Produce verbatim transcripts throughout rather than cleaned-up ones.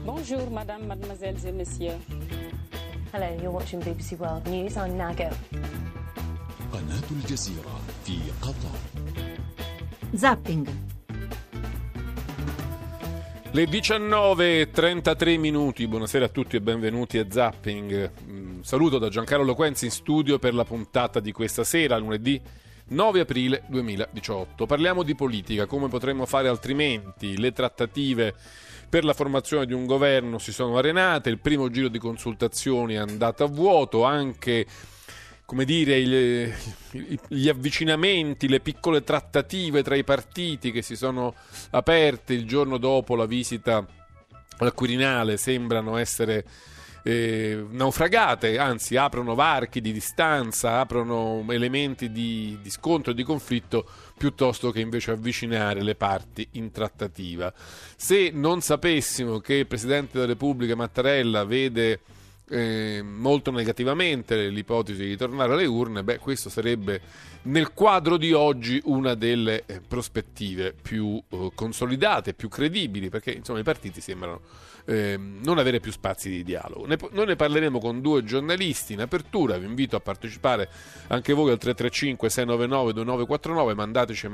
Bonjour, madame, mademoiselles et messieurs. Hello, you're watching B B C World News. I'm Nago. قناة الجزيرة في قطر. Zapping. Le diciannove e trentatré minuti, buonasera a tutti e benvenuti a Zapping. Mm, saluto da Giancarlo Loquenzi in studio per la puntata di questa sera, lunedì nove aprile duemiladiciotto. Parliamo di politica, come potremmo fare altrimenti. Le trattative per la formazione di un governo si sono arenate, il primo giro di consultazioni è andato a vuoto, anche come dire, gli, gli avvicinamenti, le piccole trattative tra i partiti che si sono aperte il giorno dopo la visita al Quirinale sembrano essere eh, naufragate, anzi aprono varchi di distanza, aprono elementi di, di scontro e di conflitto piuttosto che invece avvicinare le parti in trattativa. Se non sapessimo che il Presidente della Repubblica Mattarella vede Eh, molto negativamente l'ipotesi di tornare alle urne, beh, questo sarebbe nel quadro di oggi una delle eh, prospettive più eh, consolidate, più credibili, perché insomma i partiti sembrano eh, non avere più spazi di dialogo. Ne, noi ne parleremo con due giornalisti in apertura. Vi invito a partecipare anche voi al tre tre cinque sei nove nove due nove quattro nove, mandateci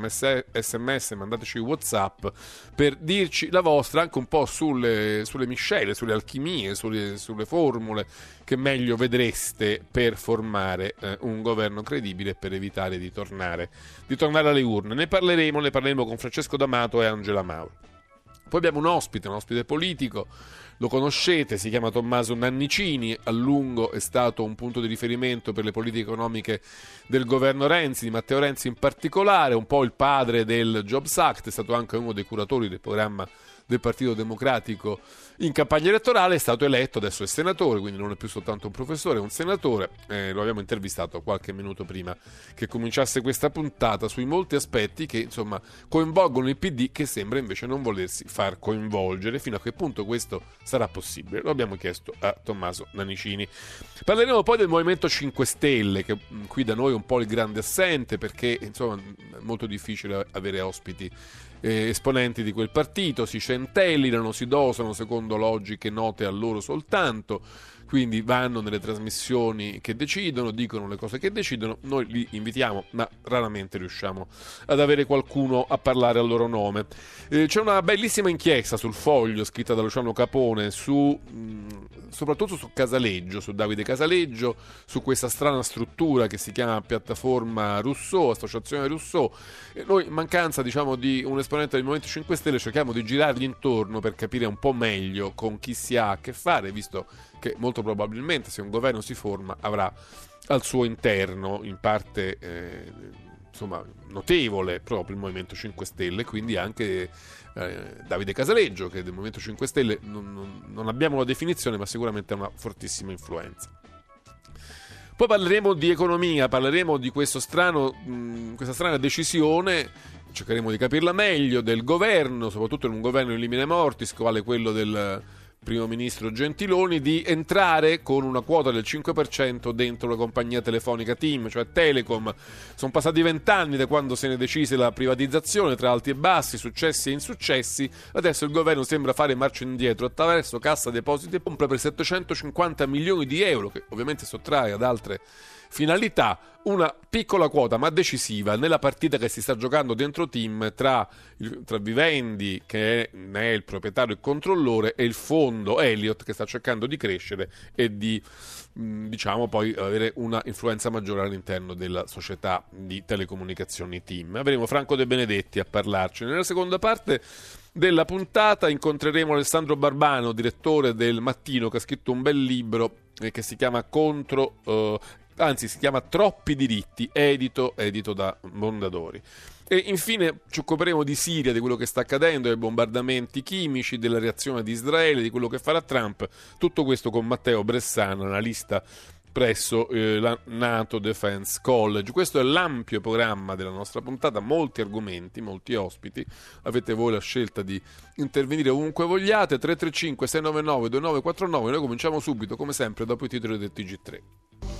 sms, mandateci WhatsApp per dirci la vostra anche un po' sulle, sulle miscele, sulle alchimie, sulle, sulle formule che meglio vedreste per formare eh, un governo credibile e per evitare di tornare, di tornare alle urne. Ne parleremo, ne parleremo con Francesco D'Amato e Angela Mauro. Poi abbiamo un ospite, un ospite politico, lo conoscete, si chiama Tommaso Nannicini, a lungo è stato un punto di riferimento per le politiche economiche del governo Renzi, di Matteo Renzi in particolare, un po' il padre del Jobs Act, è stato anche uno dei curatori del programma del Partito Democratico in campagna elettorale, è stato eletto, adesso è senatore, quindi non è più soltanto un professore, è un senatore. Eh, lo abbiamo intervistato qualche minuto prima che cominciasse questa puntata sui molti aspetti che insomma coinvolgono il P D, che sembra invece non volersi far coinvolgere. Fino a che punto questo sarà possibile? Lo abbiamo chiesto a Tommaso Nannicini. Parleremo poi del Movimento cinque Stelle, che qui da noi è un po' il grande assente, perché insomma è molto difficile avere ospiti Eh, esponenti di quel partito, si centellinano, si dosano secondo logiche note a loro soltanto, quindi vanno nelle trasmissioni che decidono, dicono le cose che decidono, noi li invitiamo ma raramente riusciamo ad avere qualcuno a parlare al loro nome. Eh, c'è una bellissima inchiesta sul Foglio scritta da Luciano Capone su mh, soprattutto su Casaleggio, su Davide Casaleggio, su questa strana struttura che si chiama Piattaforma Rousseau, Associazione Rousseau. E noi, in mancanza diciamo di un esponente del Movimento cinque Stelle, cerchiamo di girargli intorno per capire un po' meglio con chi si ha a che fare, visto che molto probabilmente se un governo si forma avrà al suo interno in parte eh, insomma notevole proprio il Movimento cinque Stelle, quindi anche eh, Davide Casaleggio, che del Movimento cinque Stelle non, non, non abbiamo la definizione, ma sicuramente ha una fortissima influenza. Poi parleremo di economia, parleremo di questo strano, mh, questa strana decisione, cercheremo di capirla meglio, del governo, soprattutto in un governo in limine mortis, quale quello del primo ministro Gentiloni, di entrare con una quota del cinque per cento dentro la compagnia telefonica TIM, cioè Telecom. Sono passati vent'anni da quando se ne decise la privatizzazione, tra alti e bassi, successi e insuccessi. Adesso il governo sembra fare marcia indietro attraverso Cassa Depositi e Prestiti per settecentocinquanta milioni di euro, che ovviamente sottrae ad altre finalità, una piccola quota ma decisiva nella partita che si sta giocando dentro TIM tra, il, tra Vivendi, che è, ne è il proprietario e controllore, e il fondo Elliott, che sta cercando di crescere e di mh, diciamo poi avere una influenza maggiore all'interno della società di telecomunicazioni TIM. Avremo Franco De Benedetti a parlarci. Nella seconda parte della puntata incontreremo Alessandro Barbano, direttore del Mattino, che ha scritto un bel libro eh, che si chiama Contro eh, anzi si chiama Troppi diritti, edito, edito da Mondadori. E infine ci occuperemo di Siria, di quello che sta accadendo, dei bombardamenti chimici, della reazione di Israele, di quello che farà Trump. Tutto questo con Matteo Bressana, analista presso eh, la NATO Defense College. Questo è l'ampio programma della nostra puntata, molti argomenti, molti ospiti. Avete voi la scelta di intervenire ovunque vogliate. Tre tre cinque sei nove nove due nove quattro nove. Noi cominciamo subito, come sempre, dopo i titoli del T G tre.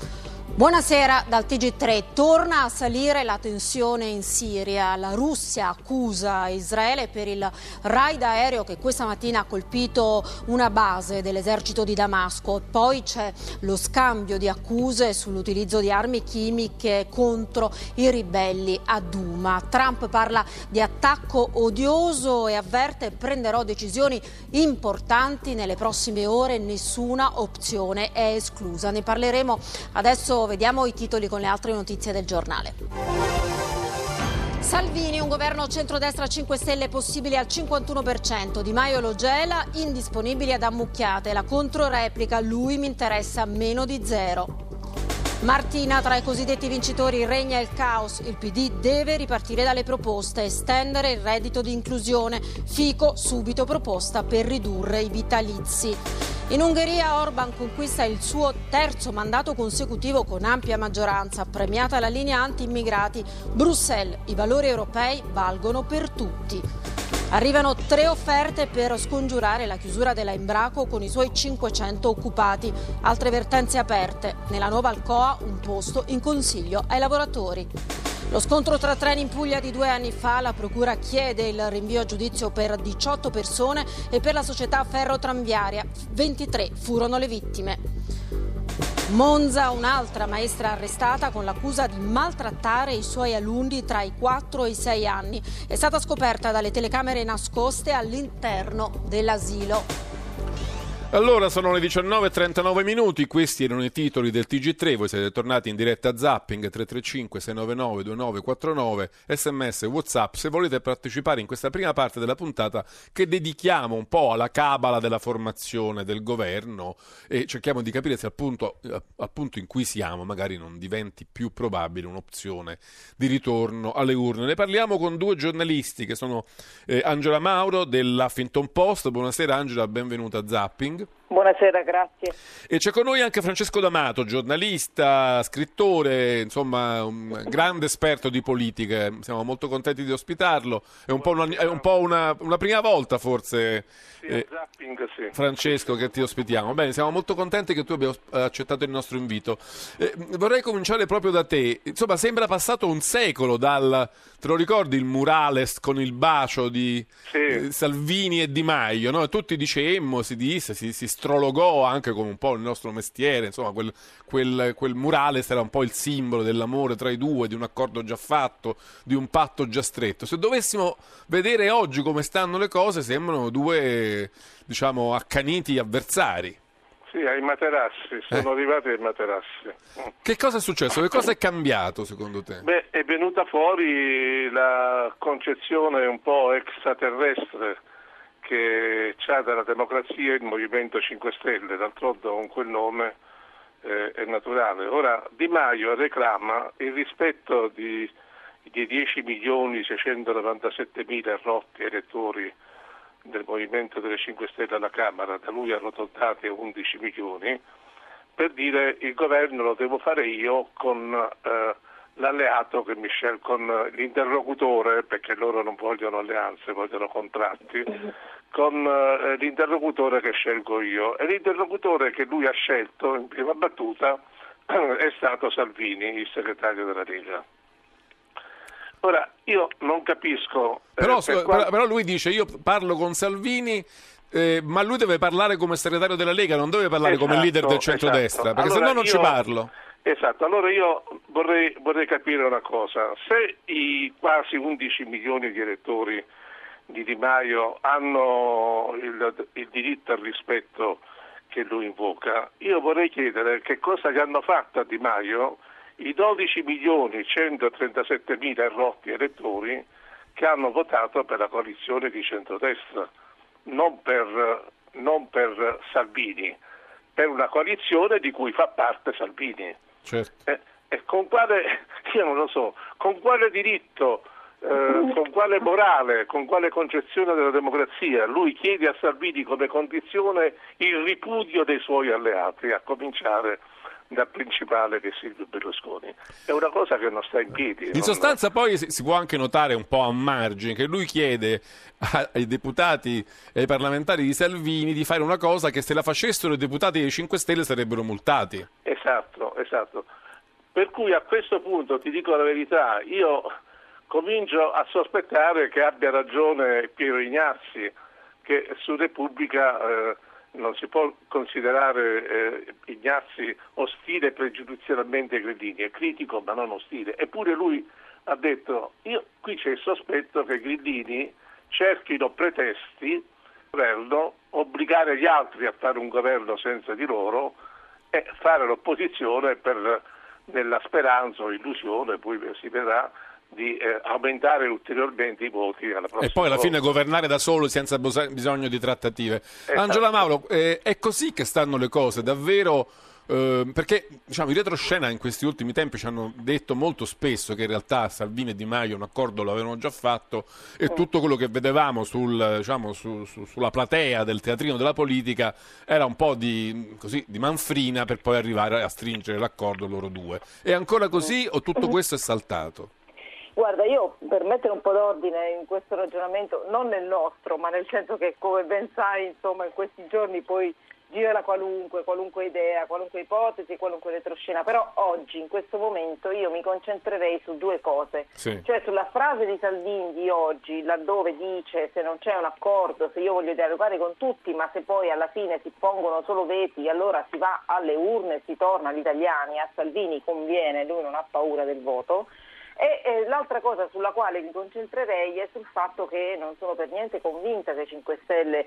Buonasera dal T G tre. Torna a salire la tensione in Siria. La Russia accusa Israele per il raid aereo che questa mattina ha colpito una base dell'esercito di Damasco. Poi c'è lo scambio di accuse sull'utilizzo di armi chimiche contro i ribelli a Douma. Trump parla di attacco odioso e avverte: prenderò decisioni importanti nelle prossime ore, nessuna opzione è esclusa. Ne parleremo adesso. Vediamo i titoli con le altre notizie del giornale. Salvini, un governo centrodestra cinque Stelle possibile al cinquantuno per cento. Di Maio lo gela, indisponibili ad ammucchiate. La controreplica: lui mi interessa meno di zero. Martina, tra i cosiddetti vincitori regna il caos. Il P D deve ripartire dalle proposte, estendere il reddito di inclusione. Fico, subito proposta per ridurre i vitalizi. In Ungheria Orban conquista il suo terzo mandato consecutivo con ampia maggioranza, premiata la linea anti-immigrati. Bruxelles, i valori europei valgono per tutti. Arrivano tre offerte per scongiurare la chiusura della Embraco con i suoi cinquecento occupati. Altre vertenze aperte. Nella nuova Alcoa un posto in consiglio ai lavoratori. Lo scontro tra treni in Puglia di due anni fa, la procura chiede il rinvio a giudizio per diciotto persone e per la società ferrotranviaria. ventitré furono le vittime. Monza, un'altra maestra arrestata con l'accusa di maltrattare i suoi alunni tra i quattro e i sei anni. È stata scoperta dalle telecamere nascoste all'interno dell'asilo. Allora sono le diciannove e trentanove minuti, questi erano i titoli del T G tre, voi siete tornati in diretta a Zapping. Tre tre cinque sei nove nove due nove quattro nove, sms, whatsapp se volete partecipare in questa prima parte della puntata che dedichiamo un po' alla cabala della formazione del governo e cerchiamo di capire se al punto, al punto in cui siamo magari non diventi più probabile un'opzione di ritorno alle urne. Ne parliamo con due giornalisti che sono eh, Angela Mauro dell'Huffington Post. Buonasera Angela, benvenuta a Zapping. Buonasera, grazie. E c'è con noi anche Francesco D'Amato, giornalista, scrittore, insomma un grande esperto di politica. Siamo molto contenti di ospitarlo. È un po' una, è un po' una, una prima volta forse, sì, eh, zapping, sì. Francesco, che ti ospitiamo. Bene, siamo molto contenti che tu abbia accettato il nostro invito. Eh, vorrei cominciare proprio da te. Insomma, sembra passato un secolo dal, te lo ricordi, il murales con il bacio di sì. eh, Salvini e Di Maio, no? Tutti dicemmo, si disse, si, si astrologò anche come un po' il nostro mestiere, insomma quel, quel, quel murales era un po' il simbolo dell'amore tra i due, di un accordo già fatto, di un patto già stretto. Se dovessimo vedere oggi come stanno le cose, sembrano due, diciamo, accaniti avversari. Sì, ai materassi, sono eh. arrivati ai materassi. Che cosa è successo? Che cosa è cambiato secondo te? Beh, è venuta fuori la concezione un po' extraterrestre che c'ha della democrazia il Movimento cinque Stelle, d'altronde con quel nome eh, è naturale. Ora Di Maio reclama il rispetto di, di dieci milioni seicentonovantasette mila rotti elettori del Movimento delle cinque Stelle alla Camera, da lui arrotondati a undici milioni, per dire il governo lo devo fare io con eh, l'alleato che mi scel- con l'interlocutore, perché loro non vogliono alleanze, vogliono contratti, con eh, l'interlocutore che scelgo io. E l'interlocutore che lui ha scelto in prima battuta è stato Salvini, il segretario della Lega. Ora, io non capisco... Eh, però, per quanto... però lui dice, io parlo con Salvini, eh, ma lui deve parlare come segretario della Lega, non deve parlare esatto, come leader del centrodestra, esatto. perché allora se no non io... ci parlo. Esatto, allora io vorrei, vorrei capire una cosa. Se i quasi undici milioni di elettori di Di Maio hanno il, il diritto al rispetto che lui invoca, io vorrei chiedere che cosa gli hanno fatto a Di Maio i dodici milioni centotrentasette mila rotti elettori che hanno votato per la coalizione di centrodestra, non per, non per Salvini, per una coalizione di cui fa parte Salvini. Certo. E, e con quale, io non lo so, con quale diritto, eh, con quale morale, con quale concezione della democrazia lui chiede a Salvini come condizione il ripudio dei suoi alleati, a cominciare dal principale che è Silvio Berlusconi. È una cosa che non sta in piedi. In non... sostanza poi si può anche notare un po' a margine che lui chiede ai deputati e ai parlamentari di Salvini di fare una cosa che se la facessero i deputati dei cinque Stelle sarebbero multati. Esatto, esatto. Per cui a questo punto, ti dico la verità, io comincio a sospettare che abbia ragione Piero Ignazzi, che su Repubblica eh, non si può considerare eh, Ignazzi ostile pregiudizialmente ai grillini, è critico ma non ostile. Eppure lui ha detto, io qui c'è il sospetto che i grillini cerchino pretesti per obbligare gli altri a fare un governo senza di loro e fare l'opposizione per, nella speranza o illusione, poi si vedrà, di eh, aumentare ulteriormente i voti alla prossima e poi alla fine volta. governare da solo senza bisogno di trattative. Esatto. Angela Mauro, eh, è così che stanno le cose davvero? Eh, perché diciamo, in retroscena in questi ultimi tempi ci hanno detto molto spesso che in realtà Salvini e Di Maio un accordo l'avevano già fatto e mm. tutto quello che vedevamo sul, diciamo, su, su, sulla platea del teatrino della politica era un po' di, così, di manfrina per poi arrivare a stringere l'accordo loro due. È ancora così o tutto questo è saltato? Guarda, io per mettere un po' d'ordine in questo ragionamento, non nel nostro, ma nel senso che come ben sai, insomma, in questi giorni poi gira la qualunque, qualunque idea, qualunque ipotesi, qualunque retroscena, però oggi, in questo momento, io mi concentrerei su due cose, sì. Cioè sulla frase di Salvini di oggi, laddove dice se non c'è un accordo, se io voglio dialogare con tutti, ma se poi alla fine si pongono solo veti, allora si va alle urne, si torna agli italiani, a Salvini conviene, lui non ha paura del voto. E eh, l'altra cosa sulla quale mi concentrerei è sul fatto che non sono per niente convinta che i cinque Stelle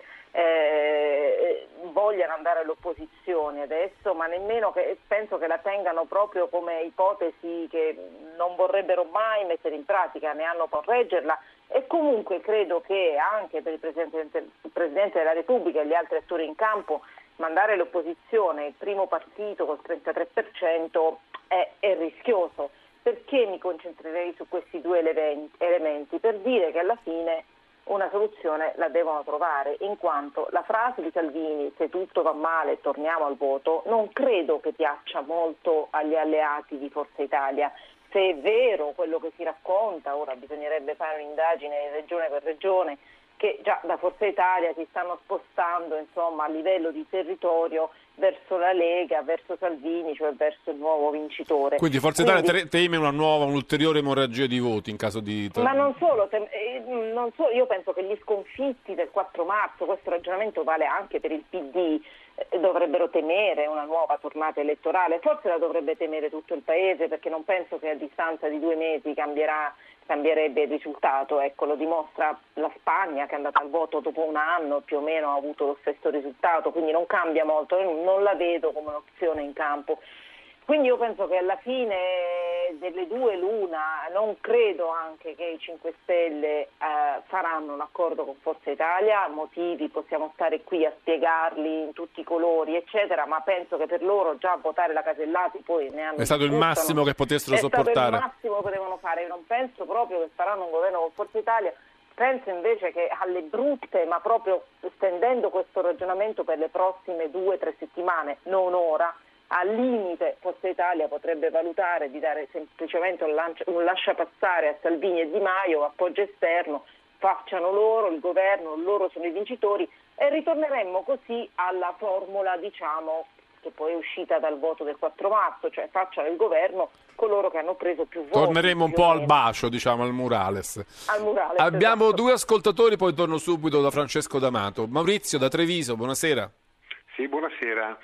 eh, vogliano andare all'opposizione adesso, ma nemmeno che penso che la tengano proprio come ipotesi che non vorrebbero mai mettere in pratica, ne hanno correggerla. E comunque credo che anche per il Presidente, il Presidente della Repubblica e gli altri attori in campo mandare all'opposizione il primo partito col trentatré per cento è, è rischioso. Perché mi concentrerei su questi due elementi? Per dire che alla fine una soluzione la devono trovare, in quanto la frase di Salvini, se tutto va male torniamo al voto, non credo che piaccia molto agli alleati di Forza Italia. Se è vero quello che si racconta, ora bisognerebbe fare un'indagine regione per regione, che già da Forza Italia si stanno spostando insomma a livello di territorio verso la Lega, verso Salvini, cioè verso il nuovo vincitore. Quindi Forza Italia Quindi, teme una nuova, un'ulteriore emorragia di voti in caso di... Ma non solo, tem- non solo, io penso che gli sconfitti del quattro marzo, questo ragionamento vale anche per il P D, eh, dovrebbero temere una nuova tornata elettorale, forse la dovrebbe temere tutto il Paese, perché non penso che a distanza di due mesi cambierà cambierebbe il risultato, ecco, lo dimostra la Spagna che è andata al voto dopo un anno, più o meno ha avuto lo stesso risultato, quindi non cambia molto, io non la vedo come un'opzione in campo. Quindi io penso che alla fine delle due l'una, non credo anche che i cinque Stelle eh, faranno un accordo con Forza Italia, motivi possiamo stare qui a spiegarli in tutti i colori eccetera, ma penso che per loro già votare la Casellati poi ne hanno... È stato il massimo che potessero è sopportare. È stato il massimo che potevano fare, io non penso proprio che faranno un governo con Forza Italia, penso invece che alle brutte, ma proprio stendendo questo ragionamento per le prossime due o tre settimane, non ora, al limite Forza Italia potrebbe valutare di dare semplicemente un, lancia, un lasciapassare a Salvini e Di Maio, appoggio esterno, facciano loro il governo, loro sono i vincitori e ritorneremmo così alla formula, diciamo, che poi è uscita dal voto del quattro marzo, cioè facciano il governo coloro che hanno preso più voti. Torneremo un po' al bacio, diciamo, al Murales. Al Murales, Abbiamo esatto. Due ascoltatori, poi torno subito da Francesco D'Amato. Maurizio da Treviso, buonasera. Sì, buonasera.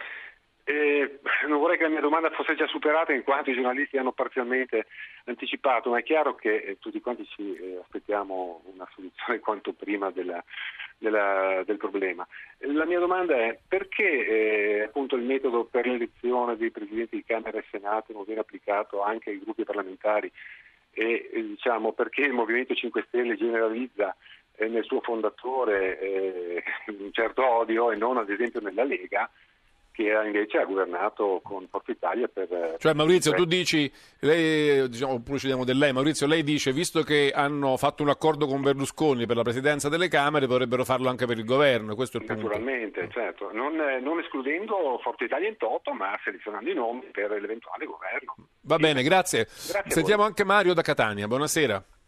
Eh, non vorrei che la mia domanda fosse già superata in quanto i giornalisti hanno parzialmente anticipato, ma è chiaro che eh, tutti quanti ci eh, aspettiamo una soluzione quanto prima della, della, del problema. La mia domanda è perché eh, appunto il metodo per l'elezione dei presidenti di Camera e Senato non viene applicato anche ai gruppi parlamentari e eh, diciamo perché il Movimento cinque Stelle generalizza eh, nel suo fondatore eh, un certo odio e non ad esempio nella Lega, che invece ha governato con Forza Italia per... Cioè Maurizio, tu dici, lei, diciamo, oppure ci diamo del lei, Maurizio, lei dice, visto che hanno fatto un accordo con Berlusconi per la presidenza delle Camere, potrebbero farlo anche per il governo, questo è il punto. Naturalmente, certo, non, non escludendo Forza Italia in toto, ma selezionando i nomi per l'eventuale governo. Va sì. Bene, grazie. Grazie. Sentiamo anche Mario da Catania, buonasera.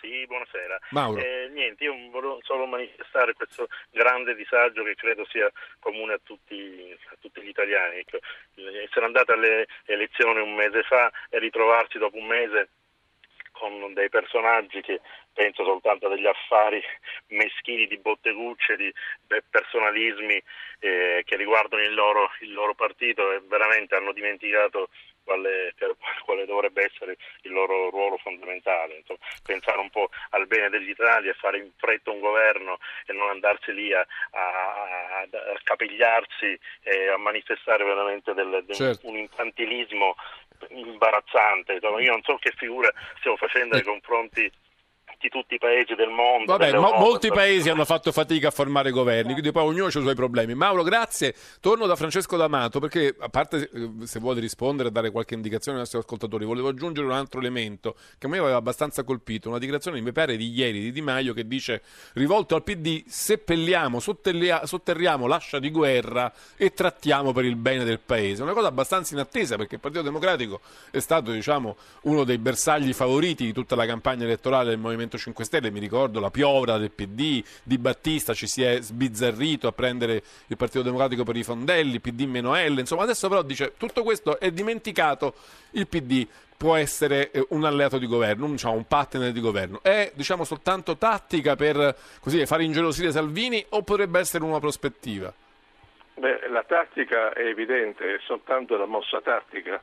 Sì, buonasera. Mauro. Eh, niente, io volevo solo manifestare questo grande disagio che credo sia comune a tutti, a tutti gli italiani. Ecco, essere andati alle elezioni un mese fa e ritrovarsi dopo un mese con dei personaggi che penso soltanto a degli affari meschini di bottegucce, di personalismi eh, che riguardano il loro, il loro partito, e veramente hanno dimenticato quale, quale dovrebbe essere il loro ruolo fondamentale. Insomma, pensare un po' al bene dell'Italia e fare in fretta un governo e non andarsi lì a, a, a capigliarsi e a manifestare veramente del, del, certo. un infantilismo imbarazzante. Insomma, io non so che figura stiamo facendo nei confronti di tutti i paesi del mondo. Vabbè, mo- molti paesi hanno fatto fatica a formare governi, quindi poi ognuno ha i suoi problemi. Mauro, grazie. Torno da Francesco D'Amato, perché a parte se vuole rispondere e dare qualche indicazione ai nostri ascoltatori, volevo aggiungere un altro elemento che a me aveva abbastanza colpito, una dichiarazione mi pare di ieri di Di Maio che dice, rivolto al P D: seppelliamo, sotterria- sotterriamo l'ascia di guerra e trattiamo per il bene del paese. Una cosa abbastanza inattesa, perché il Partito Democratico è stato, diciamo, uno dei bersagli favoriti di tutta la campagna elettorale del Movimento cinque Stelle. Mi ricordo la piovra del P D, Di Battista ci si è sbizzarrito a prendere il Partito Democratico per i fondelli, P D meno L, insomma adesso però dice tutto questo è dimenticato, il P D può essere un alleato di governo, diciamo, un partner di governo. È, diciamo, soltanto tattica per così fare ingelosire Salvini, o potrebbe essere una prospettiva? Beh, la tattica è evidente, è soltanto la mossa tattica,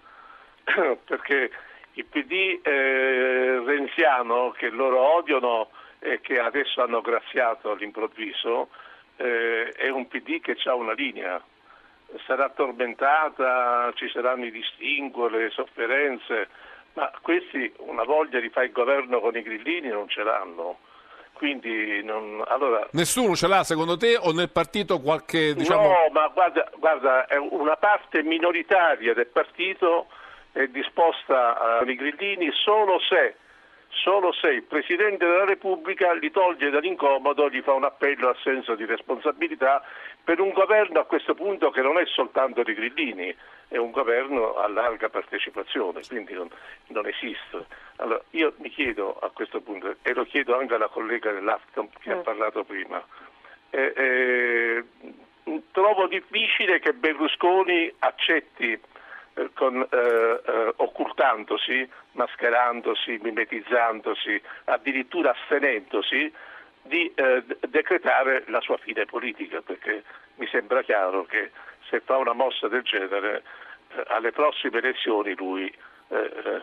perché il P D eh, renziano, che loro odiano e che adesso hanno graziato all'improvviso, eh, è un P D che ha una linea. Sarà tormentata, ci saranno i distinguo, le sofferenze, ma questi una voglia di fare il governo con i grillini non ce l'hanno. Quindi non, allora... Nessuno ce l'ha secondo te, o nel partito qualche... diciamo... No, ma guarda, guarda, è una parte minoritaria del partito è disposta ai grillini solo se, solo se il Presidente della Repubblica li toglie dall'incomodo, gli fa un appello al senso di responsabilità per un governo a questo punto che non è soltanto dei grillini, è un governo a larga partecipazione, quindi non, non esiste. Allora, io mi chiedo a questo punto, e lo chiedo anche alla collega dell'Afcom che mm. ha parlato prima, eh, eh, trovo difficile che Berlusconi accetti Con, eh, eh, occultandosi, mascherandosi, mimetizzandosi, addirittura astenendosi di eh, decretare la sua fine politica, perché mi sembra chiaro che se fa una mossa del genere eh, alle prossime elezioni lui eh,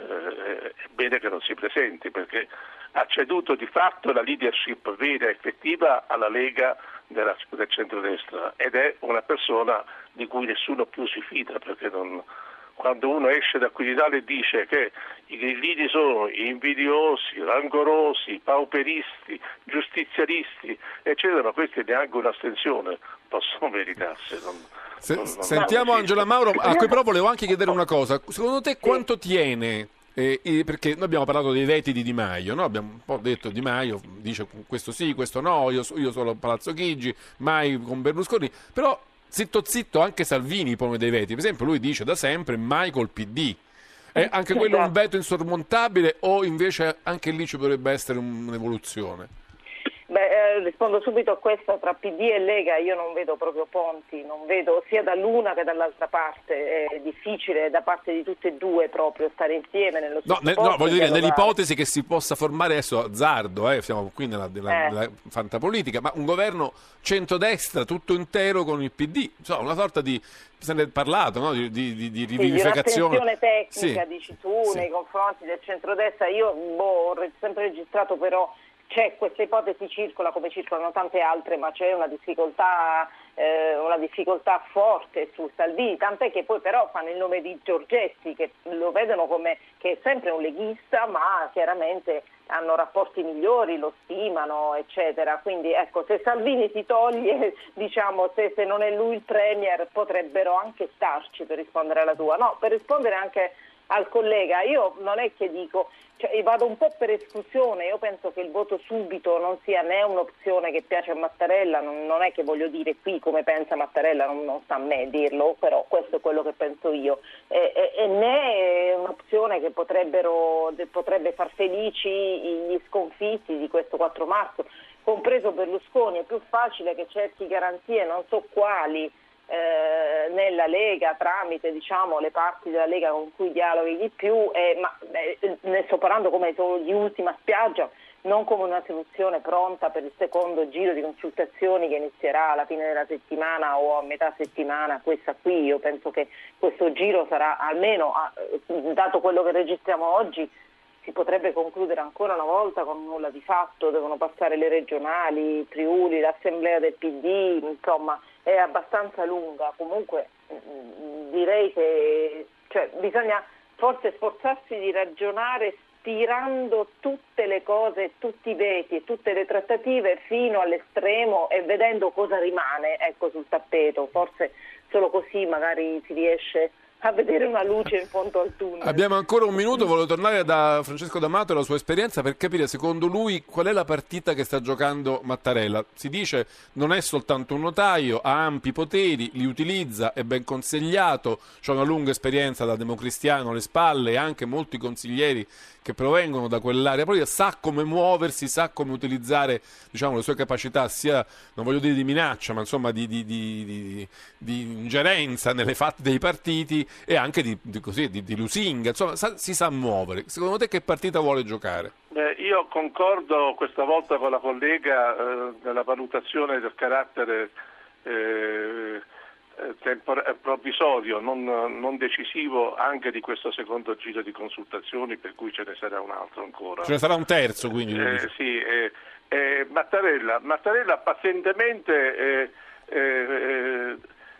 eh, è bene che non si presenti, perché ha ceduto di fatto la leadership vera e effettiva alla Lega della, del centrodestra, ed è una persona di cui nessuno più si fida, perché non... Quando uno esce da Quirinale e dice che i grillini sono invidiosi, rancorosi, pauperisti, giustizialisti, eccetera, ma questi neanche un'astensione possono meritarsi. Non, Se, non, non sentiamo Angela Mauro, a cui però volevo anche chiedere una cosa. Secondo te quanto tiene? Eh, perché noi abbiamo parlato dei veti di Di Maio, no? Abbiamo un po' detto Di Maio dice questo sì, questo no, io, io sono a Palazzo Chigi, mai con Berlusconi, però zitto zitto anche Salvini pone dei veti. Per esempio lui dice da sempre mai col P D. È anche quello un veto insormontabile, o invece anche lì ci potrebbe essere un'evoluzione? Beh, eh, rispondo subito a questo. Tra P D e Lega io non vedo proprio ponti, non vedo sia dall'una che dall'altra parte. È difficile da parte di tutte e due proprio stare insieme nello stesso no, ne, posto. No, voglio dire, nell'ipotesi che si possa formare adesso azzardo, eh, siamo qui nella, nella, eh. nella fantapolitica, ma un governo centrodestra tutto intero con il P D, insomma, una sorta di, se ne è parlato, no? di, di, di, di rivivificazione. Sì, di un'attenzione tecnica, sì. dici tu, sì. nei confronti del centrodestra. Io boh, ho sempre registrato però c'è questa ipotesi, circola come circolano tante altre, ma c'è una difficoltà eh, una difficoltà forte su Salvini, tant'è che poi però fanno il nome di Giorgetti, che lo vedono come che è sempre un leghista, ma chiaramente hanno rapporti migliori, lo stimano, eccetera. Quindi ecco, se Salvini si toglie, diciamo, se, se non è lui il premier, potrebbero anche starci, per rispondere alla tua. No, per rispondere anche al collega, io non è che dico, cioè, vado un po' per esclusione, io penso che il voto subito non sia né un'opzione che piace a Mattarella, non, non è che voglio dire qui come pensa Mattarella, non, non sta a me dirlo, però questo è quello che penso io, e, e, e né è un'opzione che potrebbero, potrebbe far felici gli sconfitti di questo quattro marzo, compreso Berlusconi. È più facile che cerchi garanzie, non so quali, Eh, nella Lega tramite diciamo le parti della Lega con cui dialoghi di più, eh, ma eh, ne sto parlando come di ultima spiaggia, non come una soluzione pronta per il secondo giro di consultazioni che inizierà alla fine della settimana o a metà settimana questa qui. Io penso che questo giro sarà, almeno dato quello che registriamo oggi, si potrebbe concludere ancora una volta con nulla di fatto, devono passare le regionali, Friuli, l'assemblea del P D, insomma è abbastanza lunga. Comunque direi che cioè, bisogna forse sforzarsi di ragionare stirando tutte le cose, tutti i veti e tutte le trattative fino all'estremo e vedendo cosa rimane, ecco, sul tappeto. Forse solo così magari si riesce a vedere una luce in fondo al tunnel. Abbiamo ancora un minuto, volevo tornare da Francesco D'Amato e la sua esperienza per capire secondo lui qual è la partita che sta giocando Mattarella. Si dice non è soltanto un notaio, ha ampi poteri, li utilizza, è ben consigliato, ha una lunga esperienza da democristiano alle spalle e anche molti consiglieri che provengono da quell'area, poi sa come muoversi, sa come utilizzare diciamo, le sue capacità sia, non voglio dire di minaccia, ma insomma di, di, di, di, di ingerenza nelle fatte dei partiti e anche di, di, così, di, di lusinga, insomma sa, si sa muovere. Secondo te che partita vuole giocare? Beh, io concordo questa volta con la collega eh, nella valutazione del carattere eh, Tempor- provvisorio, non, non decisivo anche di questo secondo giro di consultazioni, per cui ce ne sarà un altro ancora. Ce ne sarà un terzo, quindi. Eh, sì, eh, eh, Mattarella, Mattarella pazientemente eh, eh,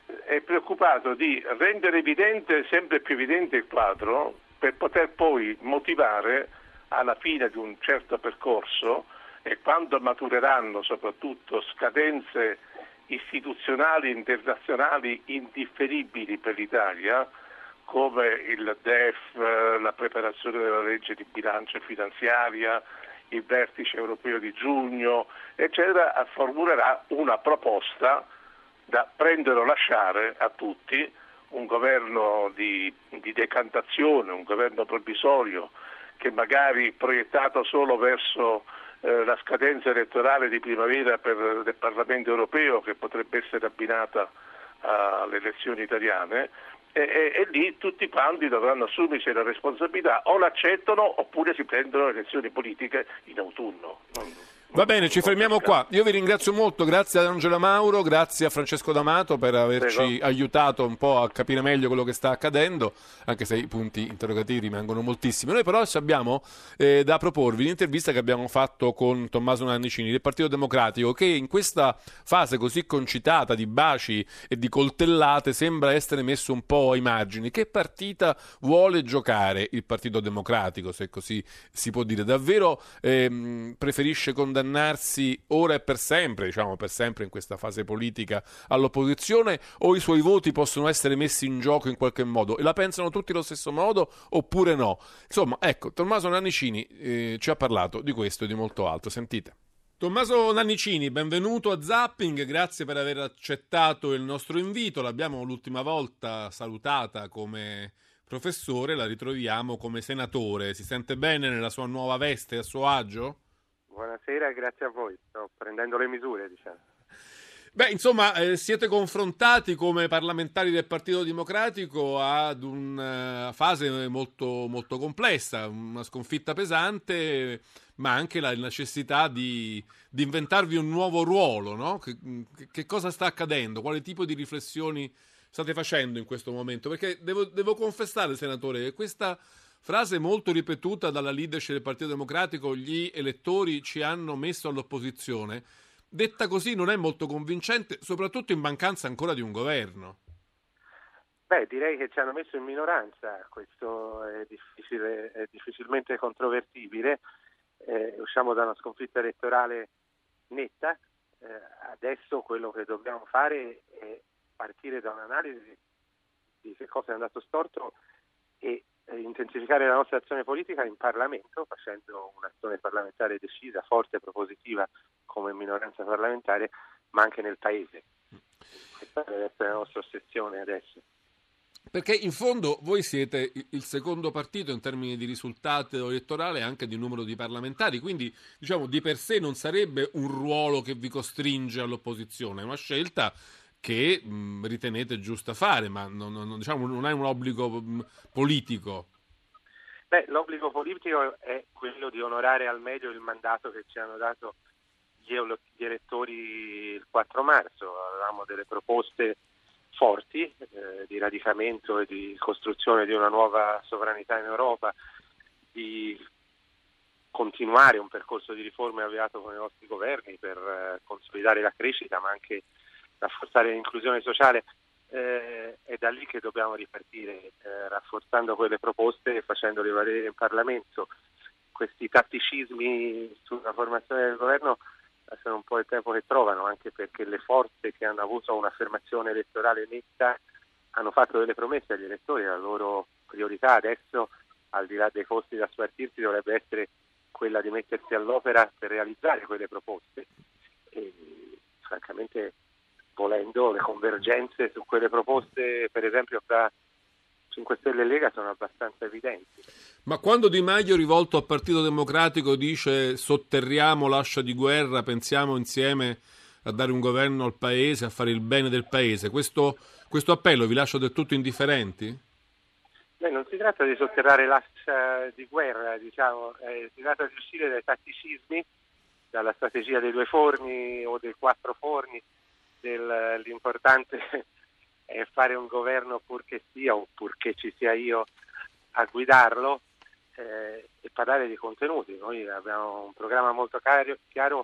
è preoccupato di rendere evidente, sempre più evidente il quadro, per poter poi motivare alla fine di un certo percorso e quando matureranno soprattutto scadenze istituzionali internazionali indifferibili per l'Italia, come il D E F, la preparazione della legge di bilancio e finanziaria, il vertice europeo di giugno, eccetera, formulerà una proposta da prendere o lasciare a tutti, un governo di, di decantazione, un governo provvisorio che magari proiettato solo verso Eh, la scadenza elettorale di primavera per il Parlamento europeo che potrebbe essere abbinata alle elezioni italiane e, e, e lì tutti quanti dovranno assumersi la responsabilità, o l'accettano oppure si prendono le elezioni politiche in autunno. Non... Va bene, ci fermiamo qua. Io vi ringrazio molto, grazie ad Angela Mauro, grazie a Francesco D'Amato per averci Prego. aiutato un po' a capire meglio quello che sta accadendo, anche se i punti interrogativi rimangono moltissimi. Noi però abbiamo eh, da proporvi l'intervista che abbiamo fatto con Tommaso Nannicini del Partito Democratico, che in questa fase così concitata di baci e di coltellate sembra essere messo un po' ai margini. Che partita vuole giocare il Partito Democratico, se così si può dire? Davvero ehm, preferisce condannare condannarsi ora e per sempre, diciamo per sempre in questa fase politica all'opposizione, o i suoi voti possono essere messi in gioco in qualche modo e la pensano tutti allo stesso modo oppure no? Insomma, ecco, Tommaso Nannicini eh, ci ha parlato di questo e di molto altro, sentite. Tommaso Nannicini, benvenuto a Zapping, grazie per aver accettato il nostro invito, l'abbiamo l'ultima volta salutata come professore, la ritroviamo come senatore, si sente bene nella sua nuova veste, a suo agio? Buonasera, grazie a voi. Sto prendendo le misure, diciamo. Beh, insomma, eh, siete confrontati come parlamentari del Partito Democratico ad una fase molto, molto complessa, una sconfitta pesante, ma anche la necessità di, di inventarvi un nuovo ruolo, no? Che, che cosa sta accadendo? Quale tipo di riflessioni state facendo in questo momento? Perché devo, devo confessare, senatore, che questa frase molto ripetuta dalla leadership del Partito Democratico, gli elettori ci hanno messo all'opposizione, detta così non è molto convincente, soprattutto in mancanza ancora di un governo. Beh, direi che ci hanno messo in minoranza, questo è, difficile, è difficilmente controvertibile, eh, usciamo da una sconfitta elettorale netta, eh, adesso quello che dobbiamo fare è partire da un'analisi di che cosa è andato storto e intensificare la nostra azione politica in Parlamento, facendo un'azione parlamentare decisa, forte, propositiva come minoranza parlamentare, ma anche nel Paese. Questa deve essere la nostra ossessione adesso. Perché in fondo voi siete il secondo partito in termini di risultato elettorale e anche di numero di parlamentari, quindi diciamo di per sé non sarebbe un ruolo che vi costringe all'opposizione, è una scelta che mh, ritenete giusta fare, ma non, non, diciamo, non è un obbligo mh, politico. Beh, l'obbligo politico è quello di onorare al meglio il mandato che ci hanno dato gli, gli elettori il quattro marzo. Avevamo delle proposte forti eh, di radicamento e di costruzione di una nuova sovranità in Europa, di continuare un percorso di riforme avviato con i nostri governi per eh, consolidare la crescita, ma anche rafforzare l'inclusione sociale. Eh, è da lì che dobbiamo ripartire, eh, rafforzando quelle proposte e facendole valere in Parlamento. Questi tatticismi sulla formazione del governo sono un po' il tempo che trovano, anche perché le forze che hanno avuto un'affermazione elettorale netta hanno fatto delle promesse agli elettori. La loro priorità adesso, al di là dei costi da spartirsi, dovrebbe essere quella di mettersi all'opera per realizzare quelle proposte. E francamente, volendo, le convergenze su quelle proposte, per esempio tra cinque Stelle e Lega, sono abbastanza evidenti. Ma quando Di Maio, rivolto al Partito Democratico, dice sotterriamo l'ascia di guerra, pensiamo insieme a dare un governo al Paese, a fare il bene del Paese, questo, questo appello vi lascia del tutto indifferenti? Beh, non si tratta di sotterrare l'ascia di guerra, diciamo, eh, si tratta di uscire dai tatticismi, dalla strategia dei due forni o dei quattro forni, del, l'importante è fare un governo purché sia o purché ci sia io a guidarlo, eh, e parlare di contenuti. Noi abbiamo un programma molto chiaro, chiaro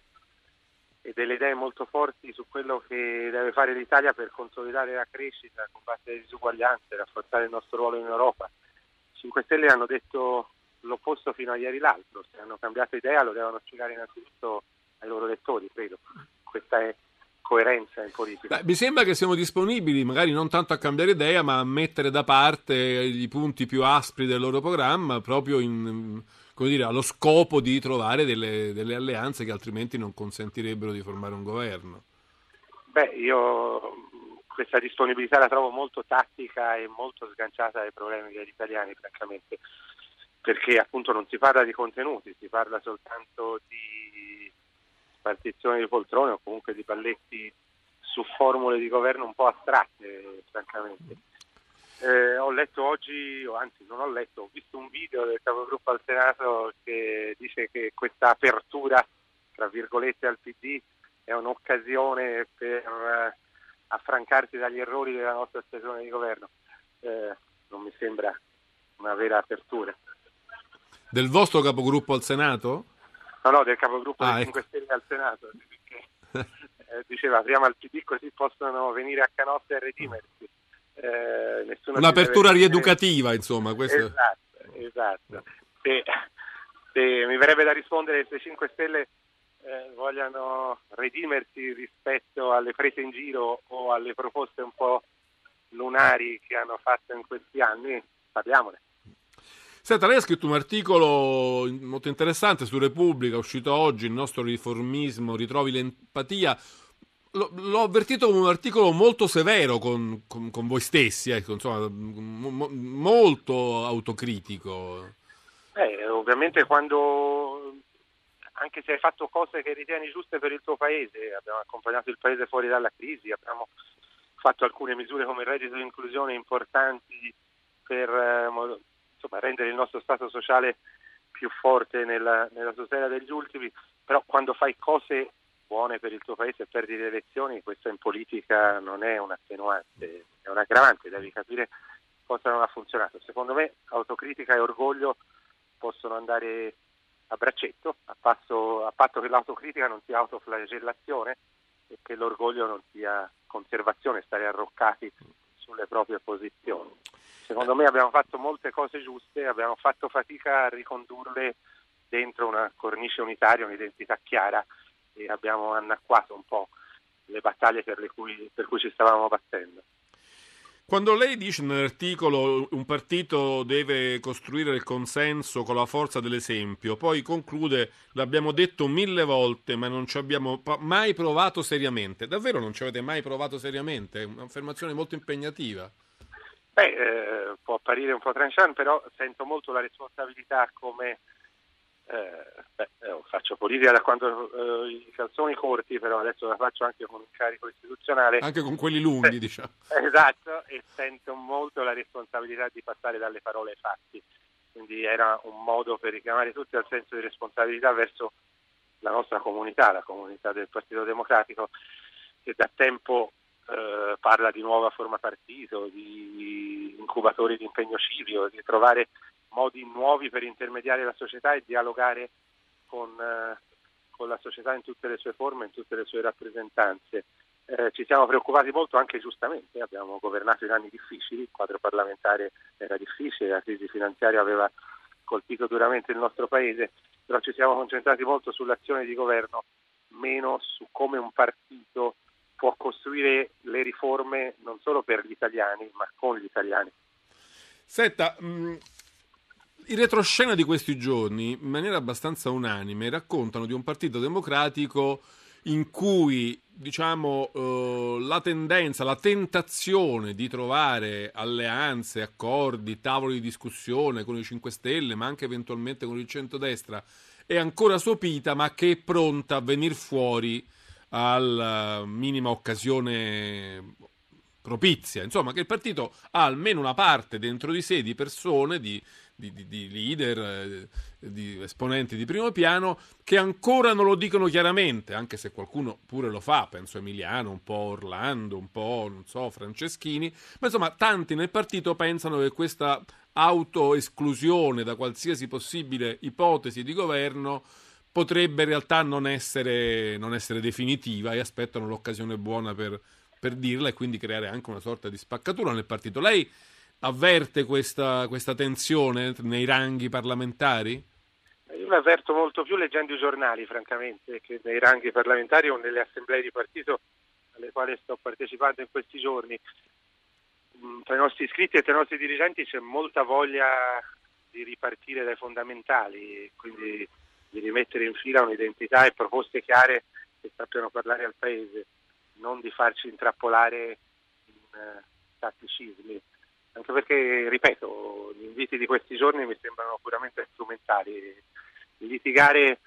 e delle idee molto forti su quello che deve fare l'Italia per consolidare la crescita, combattere le disuguaglianze, rafforzare il nostro ruolo in Europa. cinque Stelle hanno detto l'opposto fino a ieri l'altro, se hanno cambiato idea lo devono spiegare innanzitutto ai loro elettori, credo. Questa è coerenza in politica. Beh, mi sembra che siamo disponibili magari non tanto a cambiare idea, ma a mettere da parte i punti più aspri del loro programma proprio in, come dire, allo scopo di trovare delle, delle alleanze che altrimenti non consentirebbero di formare un governo. Beh, io questa disponibilità la trovo molto tattica e molto sganciata dai problemi degli italiani, francamente, perché appunto non si parla di contenuti, si parla soltanto di partizione di poltrone o comunque di balletti su formule di governo un po' astratte, francamente. Eh, ho letto oggi, o anzi non ho letto, ho visto un video del capogruppo al Senato che dice che questa apertura, tra virgolette, al P D è un'occasione per eh, affrancarsi dagli errori della nostra stagione di governo. Eh, non mi sembra una vera apertura. Del vostro capogruppo al Senato? No, no, del capogruppo ah, dei ecco. cinque Stelle al Senato, perché eh, diceva apriamo al P D così possono venire a Canossa e redimersi. Eh, Un'apertura deve... rieducativa, insomma. Questo... Esatto, esatto. Se, se mi verrebbe da rispondere se cinque Stelle eh, vogliano redimersi rispetto alle prese in giro o alle proposte un po' lunari che hanno fatto in questi anni, parliamone. Senta, lei ha scritto un articolo molto interessante su Repubblica, uscito oggi, il nostro riformismo, ritrovi l'empatia. L- l'ho avvertito come un articolo molto severo con, con, con voi stessi, ecco, insomma, mo- molto autocritico. Eh, ovviamente quando, anche se hai fatto cose che ritieni giuste per il tuo paese, abbiamo accompagnato il paese fuori dalla crisi, abbiamo fatto alcune misure come il reddito di inclusione importanti per... Eh, insomma, rendere il nostro stato sociale più forte nella, nella tutela degli ultimi, però quando fai cose buone per il tuo paese e perdi le elezioni, questa in politica non è un attenuante, è un aggravante, devi capire cosa non ha funzionato. Secondo me autocritica e orgoglio possono andare a braccetto, a, passo, a patto che l'autocritica non sia autoflagellazione e che l'orgoglio non sia conservazione, stare arroccati sulle proprie posizioni. Secondo me abbiamo fatto molte cose giuste, abbiamo fatto fatica a ricondurle dentro una cornice unitaria, un'identità chiara, e abbiamo annacquato un po' le battaglie per, le cui, per cui ci stavamo battendo. Quando lei dice nell'articolo un partito deve costruire il consenso con la forza dell'esempio, poi conclude, l'abbiamo detto mille volte ma non ci abbiamo mai provato seriamente. Davvero non ci avete mai provato seriamente? È un'affermazione molto impegnativa. Beh, eh, può apparire un po' tranchant, però sento molto la responsabilità come... Eh, beh, eh, faccio politica da quando eh, i calzoni corti, però adesso la faccio anche con un carico istituzionale, anche con quelli lunghi, eh, diciamo. Esatto, e sento molto la responsabilità di passare dalle parole ai fatti, quindi era un modo per richiamare tutti al senso di responsabilità verso la nostra comunità, la comunità del Partito Democratico, che da tempo eh, parla di nuova forma partito, di incubatori di impegno civico, di trovare modi nuovi per intermediare la società e dialogare con, eh, con la società in tutte le sue forme, in tutte le sue rappresentanze. Eh, ci siamo preoccupati molto, anche giustamente, abbiamo governato in anni difficili, il quadro parlamentare era difficile, la crisi finanziaria aveva colpito duramente il nostro paese, però ci siamo concentrati molto sull'azione di governo, meno su come un partito può costruire le riforme non solo per gli italiani, ma con gli italiani. Senta, mh... i retroscena di questi giorni, in maniera abbastanza unanime, raccontano di un partito democratico in cui, diciamo, eh, la tendenza, la tentazione di trovare alleanze, accordi, tavoli di discussione con i cinque Stelle, ma anche eventualmente con il centrodestra, è ancora sopita, ma che è pronta a venir fuori alla minima occasione propizia. Insomma, che il partito ha almeno una parte dentro di sé di persone, di Di, di, di leader, eh, di esponenti di primo piano che ancora non lo dicono chiaramente, anche se qualcuno pure lo fa, penso Emiliano, un po' Orlando, un po', non so, Franceschini, ma insomma tanti nel partito pensano che questa autoesclusione da qualsiasi possibile ipotesi di governo potrebbe in realtà non essere, non essere definitiva, e aspettano l'occasione buona per, per dirla, e quindi creare anche una sorta di spaccatura nel partito. Lei avverte questa, questa tensione nei ranghi parlamentari? Io la avverto molto più leggendo i giornali, francamente, che nei ranghi parlamentari o nelle assemblee di partito alle quali sto partecipando in questi giorni. Tra i nostri iscritti e tra i nostri dirigenti c'è molta voglia di ripartire dai fondamentali, quindi di rimettere in fila un'identità e proposte chiare che sappiano parlare al Paese, non di farci intrappolare in uh, tatticismi. Anche perché, ripeto, gli inviti di questi giorni mi sembrano puramente strumentali. Litigare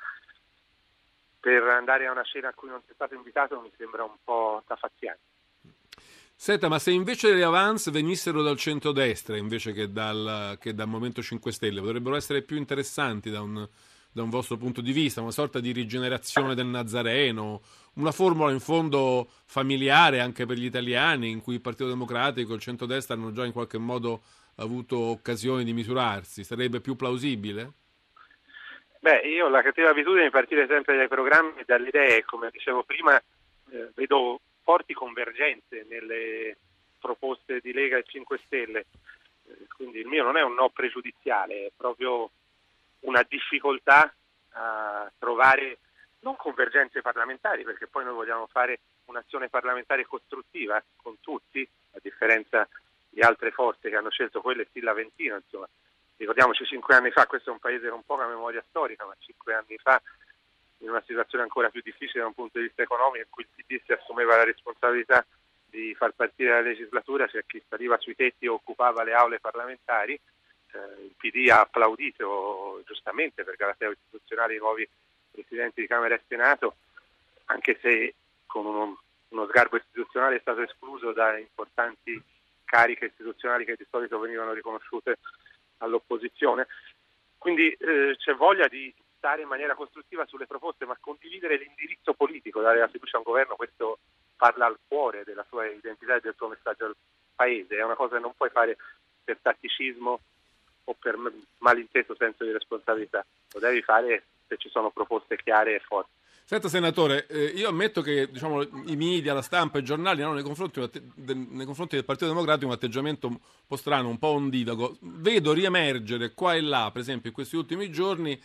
per andare a una cena a cui non sei stato invitato mi sembra un po' tafaziano. Senta, ma se invece le avance venissero dal centrodestra invece che dal, che dal Movimento cinque Stelle, potrebbero essere più interessanti da un, da un vostro punto di vista, una sorta di rigenerazione del Nazareno, una formula in fondo familiare anche per gli italiani, in cui il Partito Democratico e il centrodestra hanno già in qualche modo avuto occasioni di misurarsi. Sarebbe più plausibile? Beh, io ho la cattiva abitudine di partire sempre dai programmi e dalle idee, come dicevo prima, eh, vedo forti convergenze nelle proposte di Lega e cinque Stelle, eh, quindi il mio non è un no pregiudiziale, è proprio una difficoltà a trovare non convergenze parlamentari, perché poi noi vogliamo fare un'azione parlamentare costruttiva con tutti, a differenza di altre forze che hanno scelto quelle stile Aventino, insomma. Ricordiamoci, cinque anni fa, questo è un paese con poca memoria storica, ma cinque anni fa, in una situazione ancora più difficile da un punto di vista economico, in cui il P D si assumeva la responsabilità di far partire la legislatura, c'è chi saliva sui tetti e occupava le aule parlamentari, eh, il P D ha applaudito giustamente per garanzia istituzionale i nuovi presidenti di Camera e Senato, anche se con uno, uno sgarbo istituzionale è stato escluso da importanti cariche istituzionali che di solito venivano riconosciute all'opposizione. Quindi eh, c'è voglia di stare in maniera costruttiva sulle proposte, ma condividere l'indirizzo politico, dare la fiducia a un governo, questo parla al cuore della sua identità e del suo messaggio al Paese. È una cosa che non puoi fare per tatticismo o per malinteso senso di responsabilità, lo devi fare se ci sono proposte chiare e forti. Senta senatore, eh, io ammetto che diciamo, i media, la stampa e i giornali hanno nei confronti, nei confronti del Partito Democratico un atteggiamento un po' strano, un po' ondivago. Vedo riemergere qua e là, per esempio in questi ultimi giorni,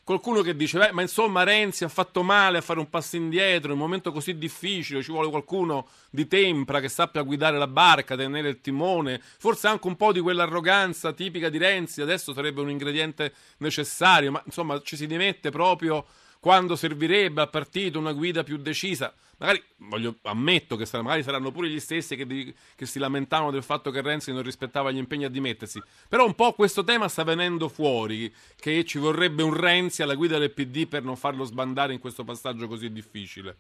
qualcuno che dice beh, ma insomma Renzi ha fatto male a fare un passo indietro in un momento così difficile, ci vuole qualcuno di tempra che sappia guidare la barca, tenere il timone, forse anche un po' di quell'arroganza tipica di Renzi adesso sarebbe un ingrediente necessario, ma insomma ci si dimette proprio quando servirebbe al partito una guida più decisa. Magari, voglio, ammetto che magari saranno pure gli stessi che, di, che si lamentavano del fatto che Renzi non rispettava gli impegni a dimettersi, però un po' questo tema sta venendo fuori, che ci vorrebbe un Renzi alla guida del P D per non farlo sbandare in questo passaggio così difficile.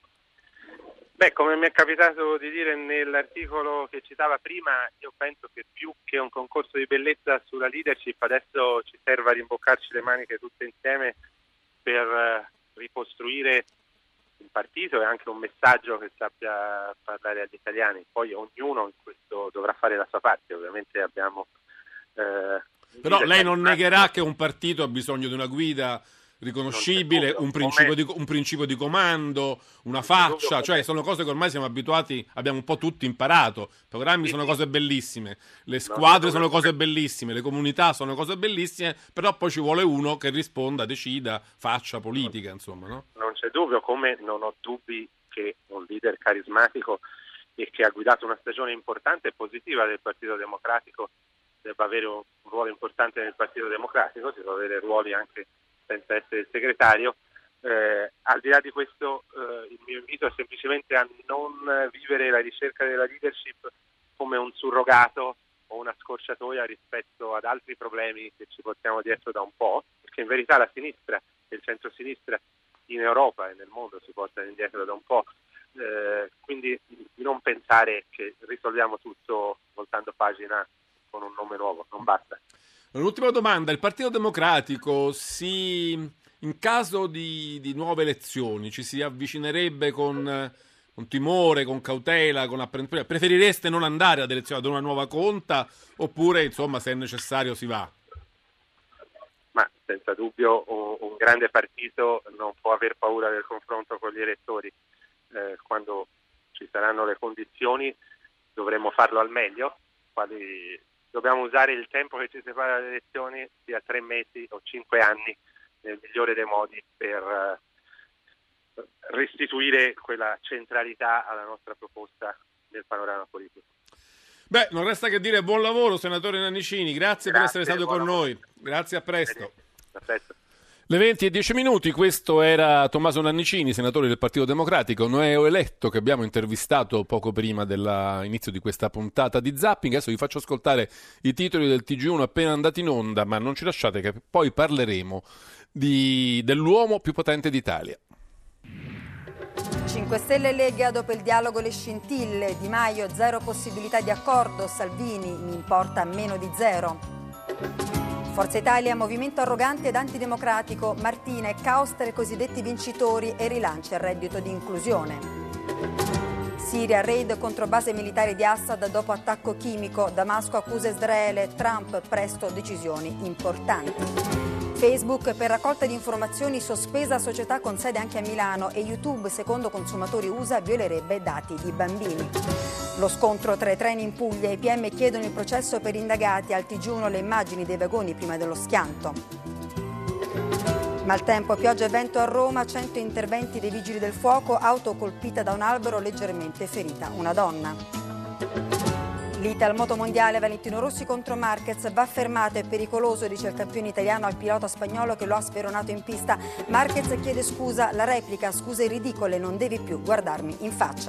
Beh, come mi è capitato di dire nell'articolo che citava prima, io penso che più che un concorso di bellezza sulla leadership adesso ci serva rimboccarci le maniche tutte insieme per ricostruire il partito e anche un messaggio che sappia parlare agli italiani. Poi ognuno in questo dovrà fare la sua parte, ovviamente abbiamo... Eh, Però lei non negherà che un partito ha bisogno di una guida riconoscibile, un principio, di, un principio di comando, una faccia, cioè sono cose che ormai siamo abituati, abbiamo un po' tutti imparato. I programmi sono cose bellissime, le squadre sono cose bellissime, le comunità sono cose bellissime, però poi ci vuole uno che risponda, decida, faccia politica, insomma, no? Non c'è dubbio, come non ho dubbi che un leader carismatico e che ha guidato una stagione importante e positiva del Partito Democratico debba avere un ruolo importante nel Partito Democratico, si può avere ruoli anche senza essere il segretario. Eh, al di là di questo, eh, il mio invito è semplicemente a non vivere la ricerca della leadership come un surrogato o una scorciatoia rispetto ad altri problemi che ci portiamo dietro da un po', perché in verità la sinistra e il centro-sinistra in Europa e nel mondo si portano indietro da un po', eh, quindi non pensare che risolviamo tutto voltando pagina con un nome nuovo, non basta. L'ultima domanda, il Partito Democratico si, in caso di, di nuove elezioni ci si avvicinerebbe con, con timore, con cautela, con apprensione? Preferireste non andare ad elezioni, ad una nuova conta, oppure insomma se è necessario si va? Ma senza dubbio un, un grande partito non può aver paura del confronto con gli elettori. Eh, quando ci saranno le condizioni dovremo farlo al meglio. Quali... Dobbiamo usare il tempo che ci separa dalle elezioni, sia tre mesi o cinque anni, nel migliore dei modi, per uh, restituire quella centralità alla nostra proposta nel panorama politico. Beh, non resta che dire buon lavoro, senatore Nannicini, grazie, grazie per essere stato con lavoro. Noi, grazie, a presto. A presto. Le venti e dieci minuti, questo era Tommaso Nannicini, senatore del Partito Democratico, neoeletto, che abbiamo intervistato poco prima dell'inizio di questa puntata di Zapping. Adesso vi faccio ascoltare i titoli del T G uno appena andati in onda, ma non ci lasciate che poi parleremo di, dell'uomo più potente d'Italia. cinque Stelle e Lega dopo il dialogo le scintille, Di Maio zero possibilità di accordo, Salvini mi importa meno di zero. Forza Italia, movimento arrogante ed antidemocratico, Martina e caos tra i cosiddetti vincitori e rilancia il reddito di inclusione. Siria, raid contro base militare di Assad dopo attacco chimico, Damasco accusa Israele, Trump presto decisioni importanti. Facebook per raccolta di informazioni sospesa società con sede anche a Milano e YouTube, secondo consumatori U S A, violerebbe dati di bambini. Lo scontro tra i treni in Puglia, i P M chiedono il processo per indagati, al T G uno le immagini dei vagoni prima dello schianto. Maltempo, pioggia e vento a Roma, cento interventi dei vigili del fuoco, auto colpita da un albero, leggermente ferita una donna. Lita al motomondiale, Valentino Rossi contro Marquez, va fermato, è pericoloso, dice il campione italiano al pilota spagnolo che lo ha speronato in pista. Marquez chiede scusa, la replica, scuse ridicole, non devi più guardarmi in faccia.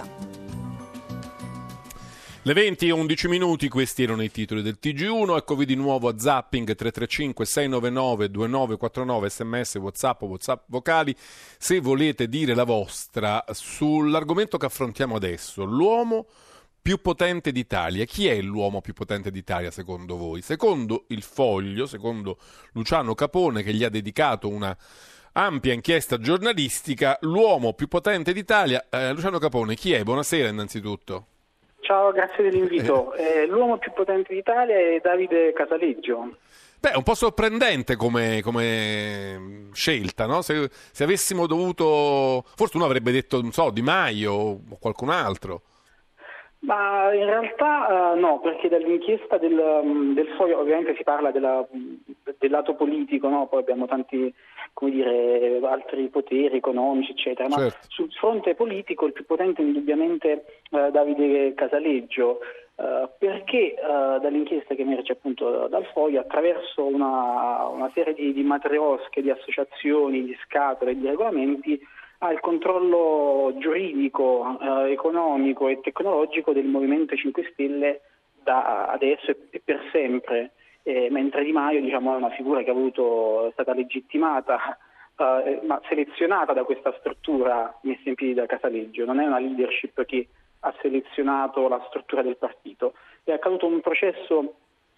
Le venti e undici minuti, questi erano i titoli del T G uno, eccovi di nuovo a Zapping. Tre tre cinque sei nove nove due nove quattro nove, sms, whatsapp, whatsapp vocali, se volete dire la vostra sull'argomento che affrontiamo adesso, l'uomo più potente d'Italia. Chi è l'uomo più potente d'Italia secondo voi? Secondo il Foglio, secondo Luciano Capone, che gli ha dedicato una ampia inchiesta giornalistica, l'uomo più potente d'Italia, eh, Luciano Capone, chi è? Buonasera innanzitutto. Ciao, grazie dell'invito. Eh, l'uomo più potente d'Italia è Davide Casaleggio. Beh, un po' sorprendente come, come scelta, no? Se, se avessimo dovuto... Forse uno avrebbe detto, non so, Di Maio o qualcun altro. Ma in realtà uh, no, perché dall'inchiesta del, um, del Foglio ovviamente si parla della, del lato politico, no? Poi abbiamo tanti, come dire, altri poteri economici, eccetera, ma certo. sul fronte politico il più potente è indubbiamente eh, Davide Casaleggio, eh, perché eh, dall'inchiesta che emerge appunto dal Foglio, attraverso una, una serie di, di matriosche, di associazioni, di scatole e di regolamenti, ha il controllo giuridico, eh, economico e tecnologico del Movimento cinque Stelle da adesso e per sempre, eh, mentre Di Maio, diciamo, è una figura che ha avuto, è stata legittimata, eh, ma selezionata da questa struttura messa in piedi da Casaleggio. Non è una leadership che ha selezionato la struttura del partito. È accaduto un processo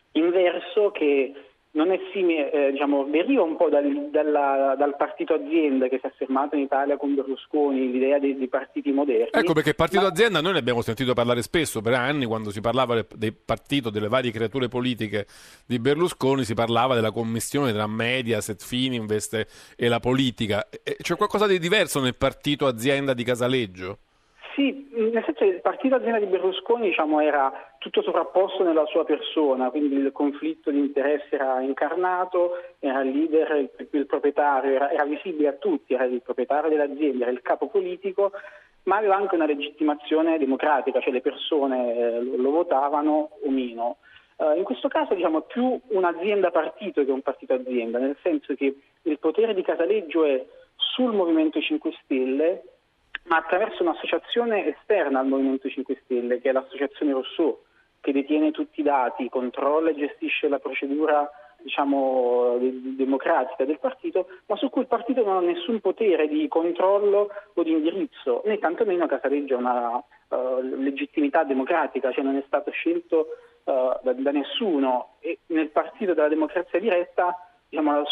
inverso che non è simile, eh, diciamo, deriva un po' dal, dalla, dal partito azienda che si è affermato in Italia con Berlusconi, l'idea dei, dei partiti moderni. Ecco perché il partito ma... azienda noi ne abbiamo sentito parlare spesso, per anni quando si parlava del partito, delle varie creature politiche di Berlusconi, si parlava della commistione tra Mediaset, Fininvest e la politica. C'è qualcosa di diverso nel partito azienda di Casaleggio? Sì, nel senso che il partito azienda di Berlusconi, diciamo, era tutto sovrapposto nella sua persona, quindi il conflitto di interessi era incarnato, era il leader, il, il proprietario, era, era visibile a tutti, era il proprietario dell'azienda, era il capo politico, ma aveva anche una legittimazione democratica, cioè le persone eh, lo, lo votavano o meno. Uh, in questo caso, diciamo, è più un'azienda partito che un partito azienda, nel senso che il potere di Casaleggio è sul Movimento cinque Stelle, ma attraverso un'associazione esterna al Movimento cinque Stelle, che è l'associazione Rousseau, che detiene tutti i dati, controlla e gestisce la procedura, diciamo, de- democratica del partito, ma su cui il partito non ha nessun potere di controllo o di indirizzo, né tantomeno Casaleggio ha una uh, legittimità democratica, cioè non è stato scelto uh, da, da nessuno, e nel partito della democrazia diretta, diciamo, la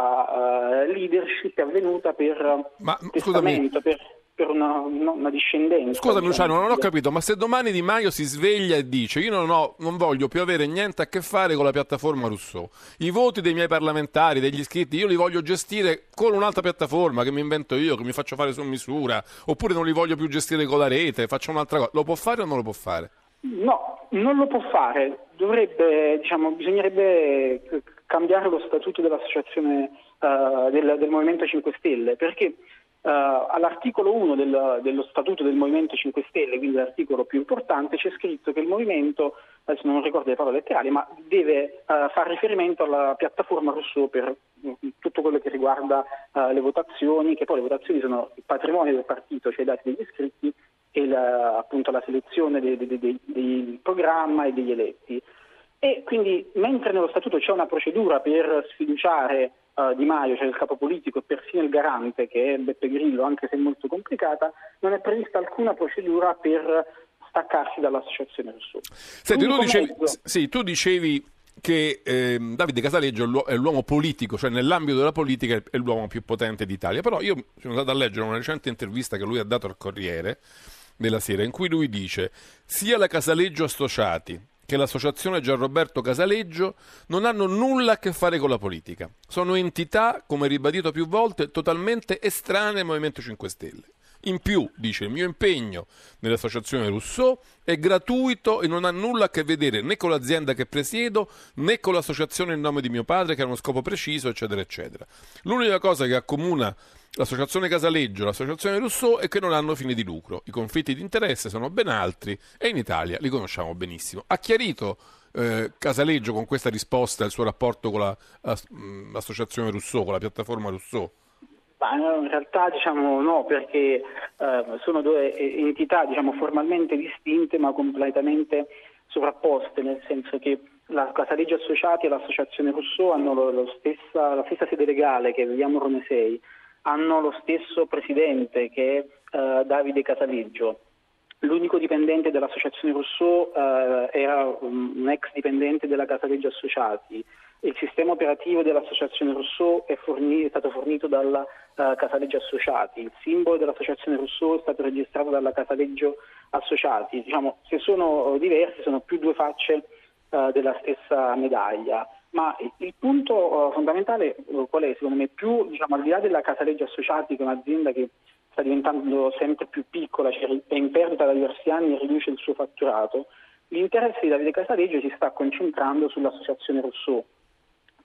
sua uh, leadership è avvenuta per ma, testamento, per... per una, una discendenza. Scusa diciamo. Luciano, non ho capito, ma se domani Di Maio si sveglia e dice io non, ho, non voglio più avere niente a che fare con la piattaforma Rousseau, i voti dei miei parlamentari, degli iscritti, io li voglio gestire con un'altra piattaforma che mi invento io, che mi faccio fare su misura, oppure non li voglio più gestire con la rete, faccio un'altra cosa, lo può fare o non lo può fare? No, non lo può fare, dovrebbe, diciamo, bisognerebbe cambiare lo statuto dell'associazione uh, del, del Movimento cinque Stelle, perché Uh, all'articolo uno del, dello statuto del Movimento cinque Stelle, quindi l'articolo più importante, c'è scritto che il movimento, adesso non ricordo le parole letterali, ma deve uh, fare riferimento alla piattaforma Rousseau per uh, tutto quello che riguarda uh, le votazioni, che poi le votazioni sono il patrimonio del partito, cioè i dati degli iscritti e la, appunto la selezione del de, de, de, de programma e degli eletti. E quindi mentre nello statuto c'è una procedura per sfiduciare uh, Di Maio, cioè il capo politico, e persino il garante, che è Beppe Grillo, anche se molto complicata, non è prevista alcuna procedura per staccarsi dall'associazione Rousseau. Senti, tu dicevi, mezzo... sì, tu dicevi che eh, Davide Casaleggio è l'uomo politico, cioè nell'ambito della politica è l'uomo più potente d'Italia, però io sono andato a leggere una recente intervista che lui ha dato al Corriere della Sera, in cui lui dice sia la Casaleggio Associati che l'associazione Gianroberto Casaleggio non hanno nulla a che fare con la politica. Sono entità, come ribadito più volte, totalmente estranee al Movimento cinque Stelle. In più, dice, il mio impegno nell'associazione Rousseau è gratuito e non ha nulla a che vedere né con l'azienda che presiedo né con l'associazione in nome di mio padre che ha uno scopo preciso, eccetera, eccetera. L'unica cosa che accomuna l'associazione Casaleggio e l'associazione Rousseau è che non hanno fine di lucro. I conflitti di interesse sono ben altri e in Italia li conosciamo benissimo. Ha chiarito eh, Casaleggio con questa risposta il suo rapporto con la, l'associazione Rousseau, con la piattaforma Rousseau? Ma in realtà, diciamo, no, perché eh, sono due entità, diciamo, formalmente distinte ma completamente sovrapposte, nel senso che la Casaleggio Associati e l'associazione Rousseau hanno lo, lo stessa, la stessa sede legale, che vediamo Rome sei, hanno lo stesso presidente, che è eh, Davide Casaleggio. L'unico dipendente dell'associazione Rousseau eh, era un, un ex dipendente della Casaleggio Associati. Il sistema operativo dell'associazione Rousseau è, fornito, è stato fornito dalla uh, Casaleggio Associati. Il simbolo dell'associazione Rousseau è stato registrato dalla Casaleggio Associati. Diciamo, se sono diversi, sono più due facce uh, della stessa medaglia. Ma il, il punto uh, fondamentale uh, qual è? Secondo me, più, diciamo, al di là della Casaleggio Associati, che è un'azienda che sta diventando sempre più piccola, cioè è in perdita da diversi anni e riduce il suo fatturato, l'interesse di Davide Casaleggio si sta concentrando sull'associazione Rousseau,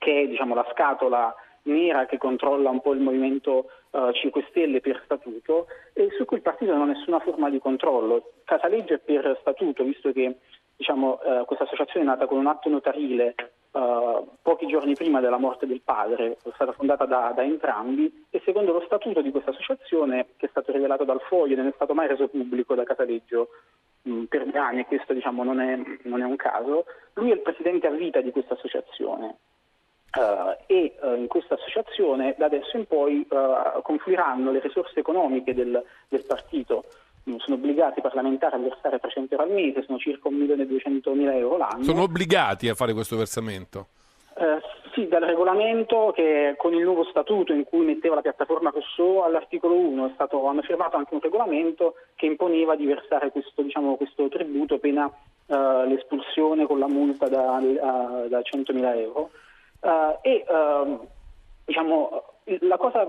che è diciamo, la scatola nera che controlla un po' il Movimento uh, cinque Stelle per statuto, e su cui il partito non ha nessuna forma di controllo. Casaleggio è per statuto, visto che diciamo, uh, questa associazione è nata con un atto notarile uh, pochi giorni prima della morte del padre, è stata fondata da, da entrambi, e secondo lo statuto di questa associazione, che è stato rivelato dal Foglio, non è stato mai reso pubblico da Casaleggio mh, per due anni, e questo diciamo, non, è, non è un caso, lui è il presidente a vita di questa associazione. Uh, e uh, in questa associazione da adesso in poi uh, confluiranno le risorse economiche del, del partito. Mm, sono obbligati i parlamentari a versare trecento euro al mese, sono circa un milione e duecentomila euro l'anno. Sono obbligati a fare questo versamento? Uh, sì, dal regolamento, che con il nuovo statuto in cui metteva la piattaforma Rousseau all'articolo uno è stato, hanno firmato anche un regolamento che imponeva di versare questo, diciamo, questo tributo pena uh, l'espulsione con la multa da, uh, da centomila euro. Uh, e uh, diciamo, la cosa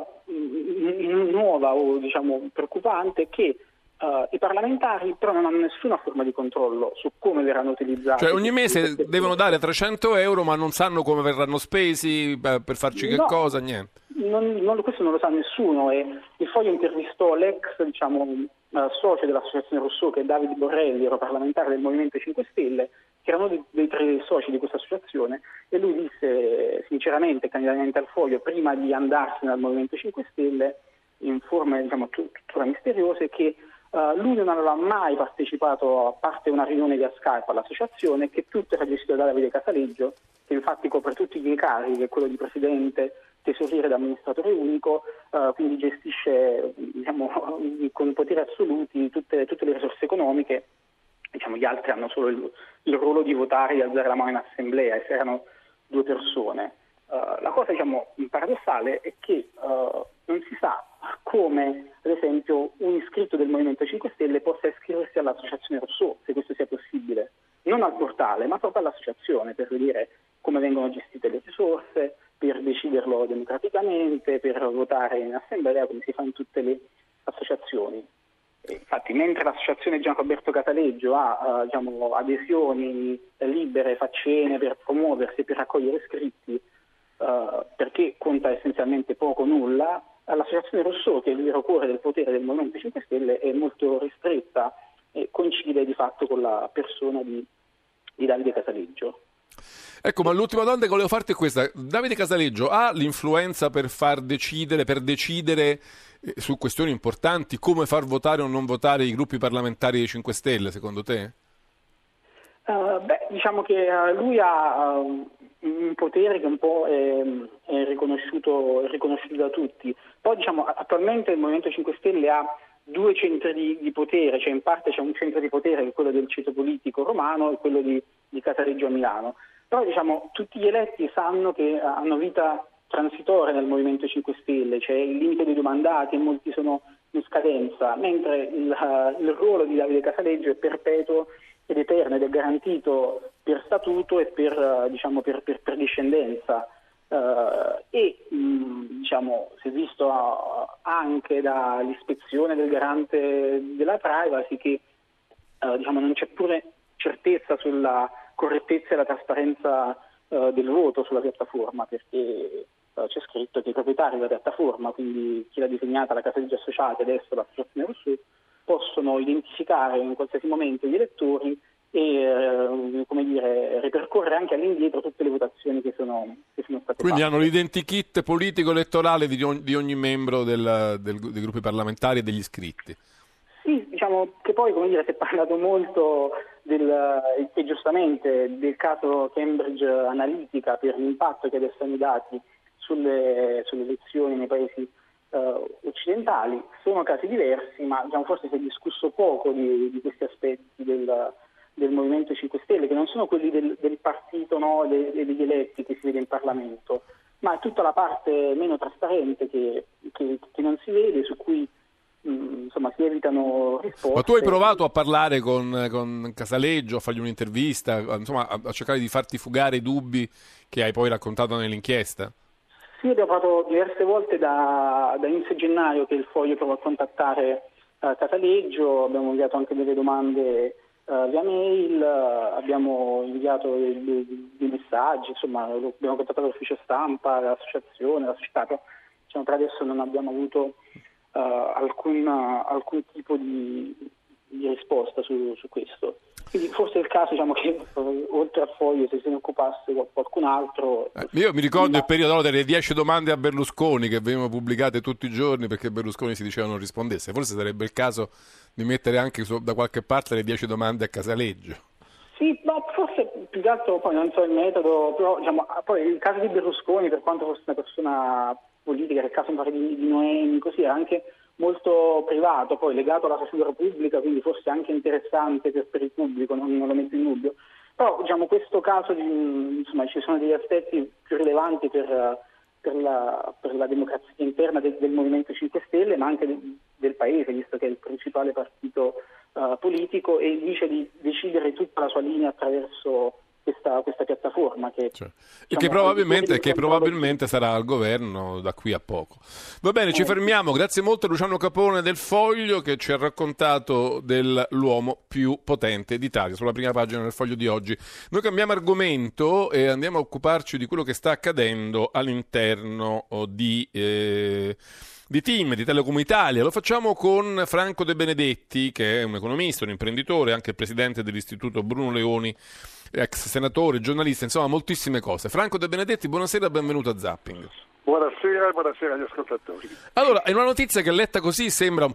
mh, nuova o diciamo, preoccupante è che uh, i parlamentari però non hanno nessuna forma di controllo su come verranno utilizzati. Cioè ogni mese devono dare trecento euro ma non sanno come verranno spesi, per farci che no, cosa, niente. Non, non, questo non lo sa nessuno, e il Foglio intervistò l'ex diciamo, uh, socio dell'associazione Rousseau, che è Davide Borrelli, europarlamentare del Movimento cinque Stelle, che erano dei, dei tre soci di questa associazione, e lui disse sinceramente, candidamente al Foglio, prima di andarsene dal Movimento cinque Stelle, in forme diciamo, tuttora misteriose, che uh, lui non aveva mai partecipato, a parte una riunione via Skype, all'associazione, che tutto era gestito da Davide Casaleggio, che infatti copre tutti gli incarichi, che è quello di presidente, tesoriere ed amministratore unico, uh, quindi gestisce diciamo, con poteri assoluti tutte, tutte le risorse economiche. Diciamo, gli altri hanno solo il, il ruolo di votare e di alzare la mano in assemblea, e se erano due persone. Uh, la cosa diciamo, paradossale è che uh, non si sa come, ad esempio, un iscritto del Movimento cinque Stelle possa iscriversi all'associazione Rousseau, se questo sia possibile. Non al portale, ma proprio all'associazione, per vedere come vengono gestite le risorse, per deciderlo democraticamente, per votare in assemblea, come si fa in tutte le associazioni. Infatti, mentre l'associazione Gianroberto Casaleggio ha uh, diciamo, adesioni libere, faccene per promuoversi e per raccogliere iscritti, uh, perché conta essenzialmente poco o nulla, l'associazione Rousseau, che è il vero cuore del potere del Movimento cinque Stelle, è molto ristretta e coincide di fatto con la persona di, di Davide Casaleggio. Ecco, ma l'ultima domanda che volevo farti è questa. Davide Casaleggio ha l'influenza per far decidere, per decidere eh, su questioni importanti, come far votare o non votare i gruppi parlamentari dei cinque Stelle, secondo te? Uh, beh, diciamo che uh, lui ha uh, un potere che un po' è, è, riconosciuto, è riconosciuto da tutti. Poi diciamo, attualmente il Movimento cinque Stelle ha due centri di, di potere, cioè in parte c'è un centro di potere che è quello del ceto politico romano e quello di, di Casaleggio a Milano. Però diciamo, tutti gli eletti sanno che hanno vita transitoria nel Movimento cinque Stelle, c'è il limite dei due mandati e molti sono in scadenza, mentre il, uh, il ruolo di Davide Casaleggio è perpetuo ed eterno ed è garantito per statuto e per, uh, diciamo, per, per, per discendenza. Uh, e mh, diciamo, si è visto uh, anche dall'ispezione del garante della privacy che uh, diciamo, non c'è pure certezza sulla correttezza e la trasparenza uh, del voto sulla piattaforma, perché uh, c'è scritto che i proprietari della piattaforma, quindi chi l'ha disegnata, la Casaleggio Associati e adesso l'associazione Rousseau, possono identificare in qualsiasi momento gli elettori e uh, come dire, ripercorrere anche all'indietro tutte le votazioni che sono, che sono state Quindi fatte. Hanno l'identikit politico-elettorale di ogni, di ogni membro del, del, dei gruppi parlamentari e degli iscritti. Sì, diciamo che poi, come dire, si è parlato molto del, e giustamente del caso Cambridge Analytica per l'impatto che adesso hanno dati sulle, sulle elezioni nei paesi uh, occidentali. Sono casi diversi, ma diciamo, forse si è discusso poco di, di questi aspetti del, del Movimento cinque Stelle, che non sono quelli del, del partito, no, de, degli eletti che si vede in Parlamento, ma è tutta la parte meno trasparente che, che, che non si vede, su cui insomma si evitano risposte. Ma tu hai provato a parlare con, con Casaleggio, a fargli un'intervista, insomma a, a cercare di farti fugare i dubbi che hai poi raccontato nell'inchiesta? Sì, abbiamo provato diverse volte da, da inizio gennaio che il Foglio prova a contattare uh, Casaleggio, abbiamo inviato anche delle domande uh, via mail, uh, abbiamo inviato dei, dei, dei messaggi, insomma abbiamo contattato l'ufficio stampa, l'associazione, la società, però diciamo, per adesso non abbiamo avuto uh, alcun, uh, alcun tipo di, di risposta su, su questo. Quindi forse è il caso, diciamo, che uh, oltre a Foglio se se ne occupasse qualcun altro. Eh, io mi ricordo ma... il periodo delle dieci domande a Berlusconi che venivano pubblicate tutti i giorni perché Berlusconi si diceva non rispondesse. Forse sarebbe il caso di mettere anche su, da qualche parte le dieci domande a Casaleggio. Sì, ma forse più che altro poi non so il metodo, però diciamo, poi il caso di Berlusconi, per quanto fosse una persona politica, il caso di, di Noemi, così era anche molto privato, poi legato alla figura pubblica, quindi forse anche interessante per, per il pubblico, non, non lo metto in dubbio. Però diciamo questo caso di, insomma, ci sono degli aspetti più rilevanti per, per, la, per la democrazia interna del, del Movimento cinque Stelle, ma anche del, del Paese, visto che è il principale partito uh, politico e dice di decidere tutta la sua linea attraverso questa, questa piattaforma che, cioè, diciamo, e che probabilmente, che probabilmente sarà al governo da qui a poco. Va bene, ci fermiamo. Grazie molto a Luciano Capone del Foglio che ci ha raccontato dell'uomo più potente d'Italia sulla prima pagina del Foglio di oggi. Noi cambiamo argomento e andiamo a occuparci di quello che sta accadendo all'interno di eh, di Team, di Telecom Italia. Lo facciamo con Franco De Benedetti, che è un economista, un imprenditore, anche il presidente dell'Istituto Bruno Leoni, ex senatore, giornalista, insomma moltissime cose. Franco De Benedetti, buonasera, benvenuto a Zapping. Buonasera, buonasera agli ascoltatori. Allora, è una notizia che letta così sembra un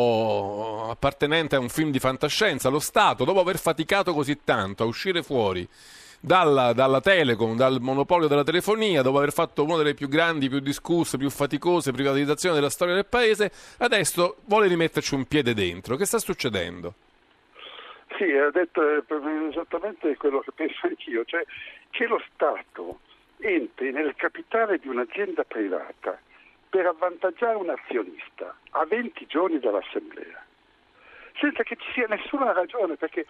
po' appartenente a un film di fantascienza. Lo Stato, dopo aver faticato così tanto a uscire fuori Dalla, dalla Telecom, dal monopolio della telefonia, dopo aver fatto una delle più grandi, più discusse, più faticose privatizzazioni della storia del paese, adesso vuole rimetterci un piede dentro. Che sta succedendo? Sì, ha detto esattamente quello che penso anch'io, cioè che lo Stato entri nel capitale di un'azienda privata per avvantaggiare un azionista a venti giorni dall'assemblea, senza che ci sia nessuna ragione, perché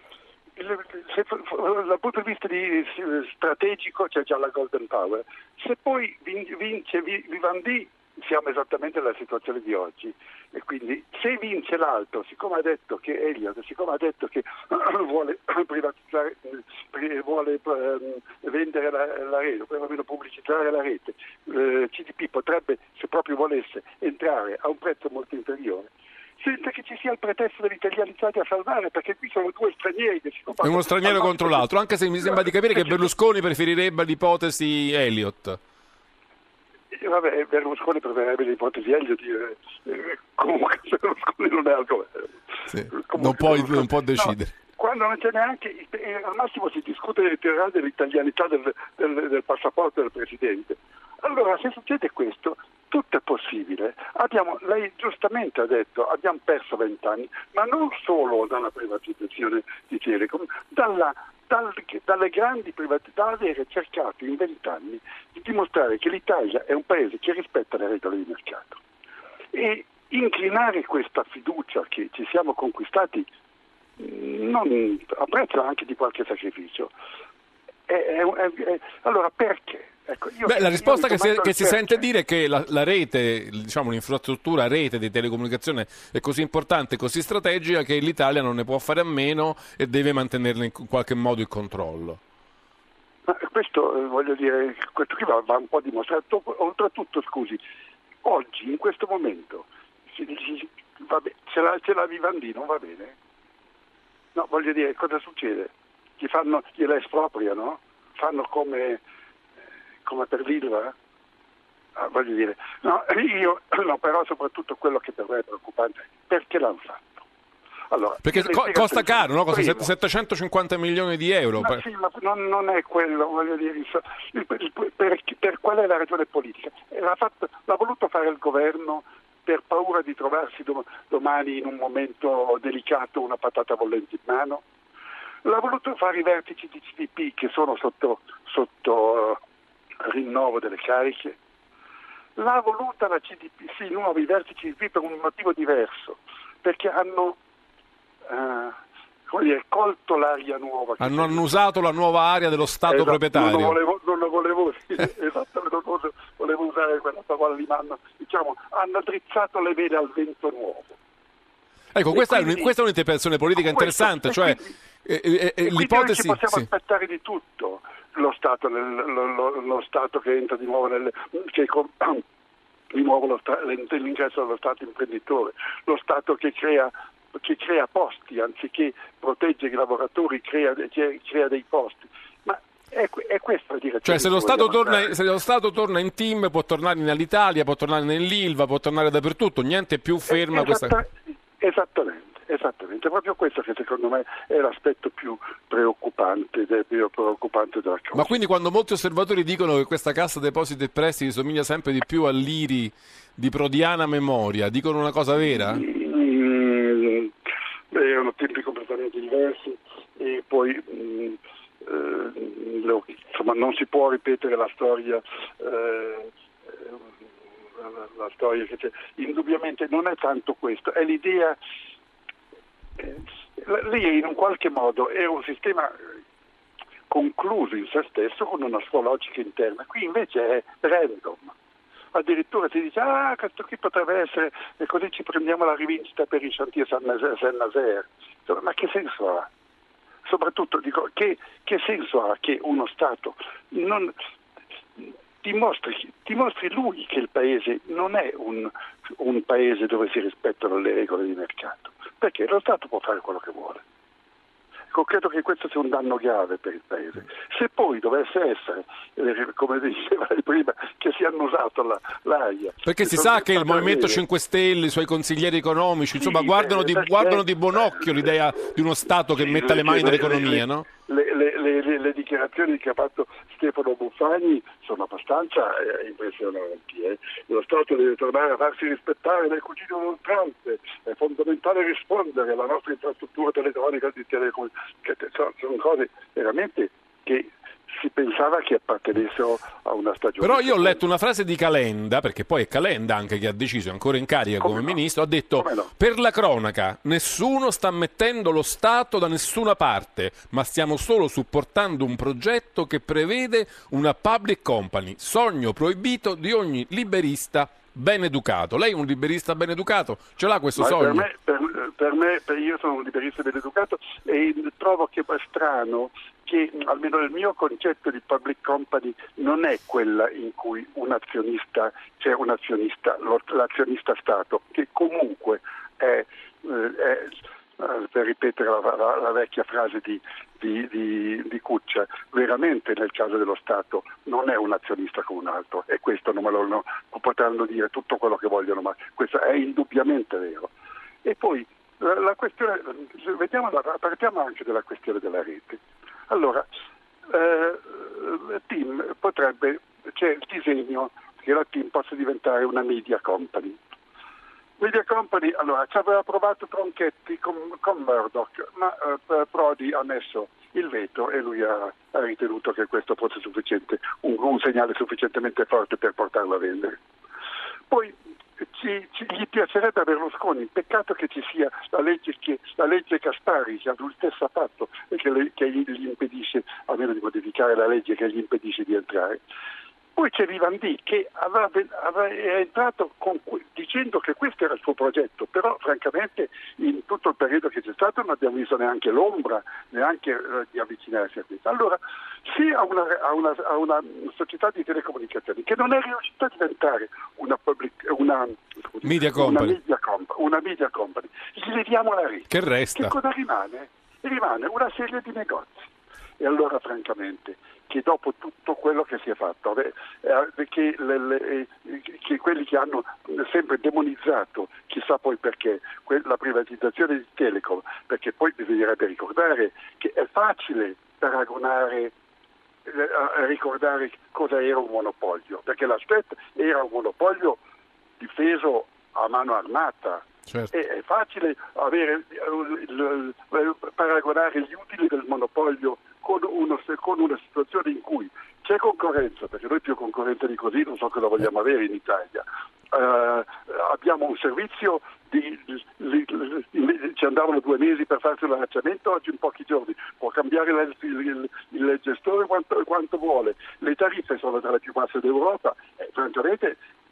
se, dal punto di vista di, strategico c'è già la Golden Power. Se poi vince Vivendi siamo esattamente nella situazione di oggi, e quindi se vince l'altro, siccome ha detto che Elliott, siccome ha detto che vuole privatizzare, vuole eh, vendere la, la rete, o perlomeno pubblicizzare la rete, eh, C D P potrebbe, se proprio volesse, entrare a un prezzo molto inferiore, senza che ci sia il pretesto degli italianizzati a salvare, perché qui sono due stranieri che si comportano. È uno straniero contro l'altro, anche se mi sembra di capire che Berlusconi preferirebbe l'ipotesi Elliott. Eh, vabbè, Berlusconi preferirebbe l'ipotesi Elliott, eh, comunque Berlusconi non è al governo. Sì, non, puoi, non può decidere. No, quando non c'è neanche, eh, al massimo si discute dell'italianità del, del, del passaporto del Presidente. Allora, se succede questo, tutto è possibile. Abbiamo, lei giustamente ha detto, abbiamo perso vent'anni, ma non solo dalla privatizzazione di Telecom, dalla, dal, dalle grandi privatizzazioni, da avere cercato in vent'anni di dimostrare che l'Italia è un paese che rispetta le regole di mercato. E inclinare questa fiducia che ci siamo conquistati non, a prezzo anche di qualche sacrificio. È, è, è, è, allora perché? Ecco, io, Beh, la risposta che, si, che si perché. sente dire è che la, la rete, diciamo l'infrastruttura rete di telecomunicazione è così importante, così strategica che l'Italia non ne può fare a meno e deve mantenerne in qualche modo il controllo. Ma questo, eh, voglio dire, questo qui va, va un po' dimostrato. Oltretutto, scusi, oggi, in questo momento, si, si, vabbè, ce l'ha, ce l'ha Vivendi, non va bene? No, voglio dire, cosa succede? Gli fanno, gliela espropriano? Fanno come... come per Vilva, ah, voglio dire, no, io, no, però soprattutto quello che per me è preoccupante, perché l'hanno fatto? Allora, perché co- costa caro, no? Costa primo, settecentocinquanta milioni di euro. Ma sì, ma non, non è quello, voglio dire, il, il, il, per, per qual è la ragione politica? L'ha, fatto, l'ha voluto fare il governo per paura di trovarsi dom- domani in un momento delicato una patata bollente in mano? L'ha voluto fare i vertici di C D P che sono sotto... sotto uh, rinnovo delle cariche, l'ha voluta la C D P, sì, nuovi vertici C D P per un motivo diverso, perché hanno eh, come dire, colto l'aria nuova. Hanno annusato la nuova area dello Stato esatto, proprietario. Non lo volevo, non lo volevo dire, esattamente, non volevo usare quella parola lì, ma hanno, diciamo, hanno drizzato le vele al vento nuovo. Ecco, questa, quindi, è, questa è un'interpretazione politica interessante, cioè quindi, eh, eh, e l'ipotesi... ci possiamo sì. aspettare di tutto. Lo Stato, nel, lo, lo, lo Stato che entra di nuovo nelle... Che, di nuovo lo, l'ingresso dello Stato imprenditore, lo Stato che crea, che crea posti, anziché proteggere i lavoratori, crea, crea dei posti. Ma è, è questa la direzione. Cioè se lo, Stato torna, se lo Stato torna in team può tornare in Alitalia, può tornare nell'Ilva, può tornare dappertutto, niente più ferma Esatta, questa... Esattamente. Esattamente, è proprio questo che secondo me è l'aspetto più preoccupante, più preoccupante della cosa. Ma quindi quando molti osservatori dicono che questa Cassa Depositi e Prestiti somiglia sempre di più all'I R I di prodiana memoria, dicono una cosa vera? Mm, erano tempi completamente diversi e poi mm, eh, lo, insomma non si può ripetere la storia eh, la, la storia che c'è. Indubbiamente non è tanto questo, è l'idea. Lì in un qualche modo era un sistema concluso in se stesso con una sua logica interna, qui invece è random, addirittura si dice ah questo qui potrebbe essere e così ci prendiamo la rivincita per i chantier Saint-Nazaire, ma che senso ha? Soprattutto dico che, che senso ha che uno Stato non dimostri, dimostri lui che il paese non è un, un paese dove si rispettano le regole di mercato, perché lo Stato può fare quello che vuole. Ecco, credo che questo sia un danno grave per il paese. Se poi dovesse essere, eh, come diceva prima, che si hanno usato la, l'aria. Perché si sa che il Movimento cinque Stelle, i suoi consiglieri economici, insomma, sì, guardano, di, guardano di buon occhio l'idea di uno Stato che sì, metta le mani nell'economia, no? Le, le, le, le, le dichiarazioni che ha fatto Stefano Buffagni sono abbastanza eh, impressionanti. Eh. Lo Stato deve tornare a farsi rispettare dal cugino d'oltralpe, è fondamentale rispondere alla nostra infrastruttura telefonica di telecomunicazione. Sono cose veramente che si pensava che appartenessero a una stagione. Però io ho letto una frase di Calenda, perché poi è Calenda anche che ha deciso, è ancora in carica come, come no? ministro, ha detto no? per la cronaca nessuno sta mettendo lo Stato da nessuna parte, ma stiamo solo supportando un progetto che prevede una public company, sogno proibito di ogni liberista ben educato. Lei è un liberista ben educato? Ce l'ha questo ma sogno? Per me, per, per me per io sono un liberista ben educato e trovo che è strano che almeno nel mio concetto di public company non è quella in cui un azionista c'è un azionista, l'azionista Stato, che comunque è, è per ripetere la, la, la vecchia frase di, di, di, di Cuccia, veramente nel caso dello Stato non è un azionista come un altro, e questo non me lo no, potranno dire tutto quello che vogliono, ma questo è indubbiamente vero. E poi la, la questione, vediamo, partiamo anche dalla questione della rete. Allora, eh, TIM potrebbe, c'è il disegno che la TIM possa diventare una media company. Media Company, allora, ci aveva provato Tronchetti con, con Murdoch, ma eh, Prodi ha messo il veto e lui ha, ha ritenuto che questo fosse sufficiente, un, un segnale sufficientemente forte per portarlo a vendere. Poi ci, ci, gli piacerebbe a Berlusconi, peccato che ci sia la legge, che, la legge Caspari, che lui stesso ha fatto e che, le, che gli, gli impedisce, almeno di modificare la legge che gli impedisce di entrare. Poi c'è Vivendi che aveva, aveva, è entrato con, dicendo che questo era il suo progetto, però francamente in tutto il periodo che c'è stato non abbiamo visto neanche l'ombra, neanche eh, di avvicinarsi a questo. Allora, se a una, a, una, a una società di telecomunicazioni che non è riuscita a diventare una, public, una, scusi, media, company. Una, media comp, una media company, gli leviamo la rete. Che resta? Che cosa rimane? Rimane una serie di negozi. E allora francamente che dopo tutto quello che si è fatto, eh, che, le, le, che quelli che hanno sempre demonizzato, chissà poi perché, la privatizzazione di Telecom, perché poi bisognerebbe ricordare che è facile paragonare, eh, ricordare cosa era un monopolio, perché la S P E T era un monopolio difeso a mano armata. Certo. E è facile avere, il, il, paragonare gli utili del monopolio con, uno, con una situazione in cui c'è concorrenza, perché noi più concorrenza di così non so cosa vogliamo avere in Italia. Uh, abbiamo un servizio di, li, li, li, ci andavano due mesi per farsi l'allacciamento, oggi in pochi giorni può cambiare la, il, il, il gestore quanto, quanto vuole, le tariffe sono tra le più basse d'Europa e francamente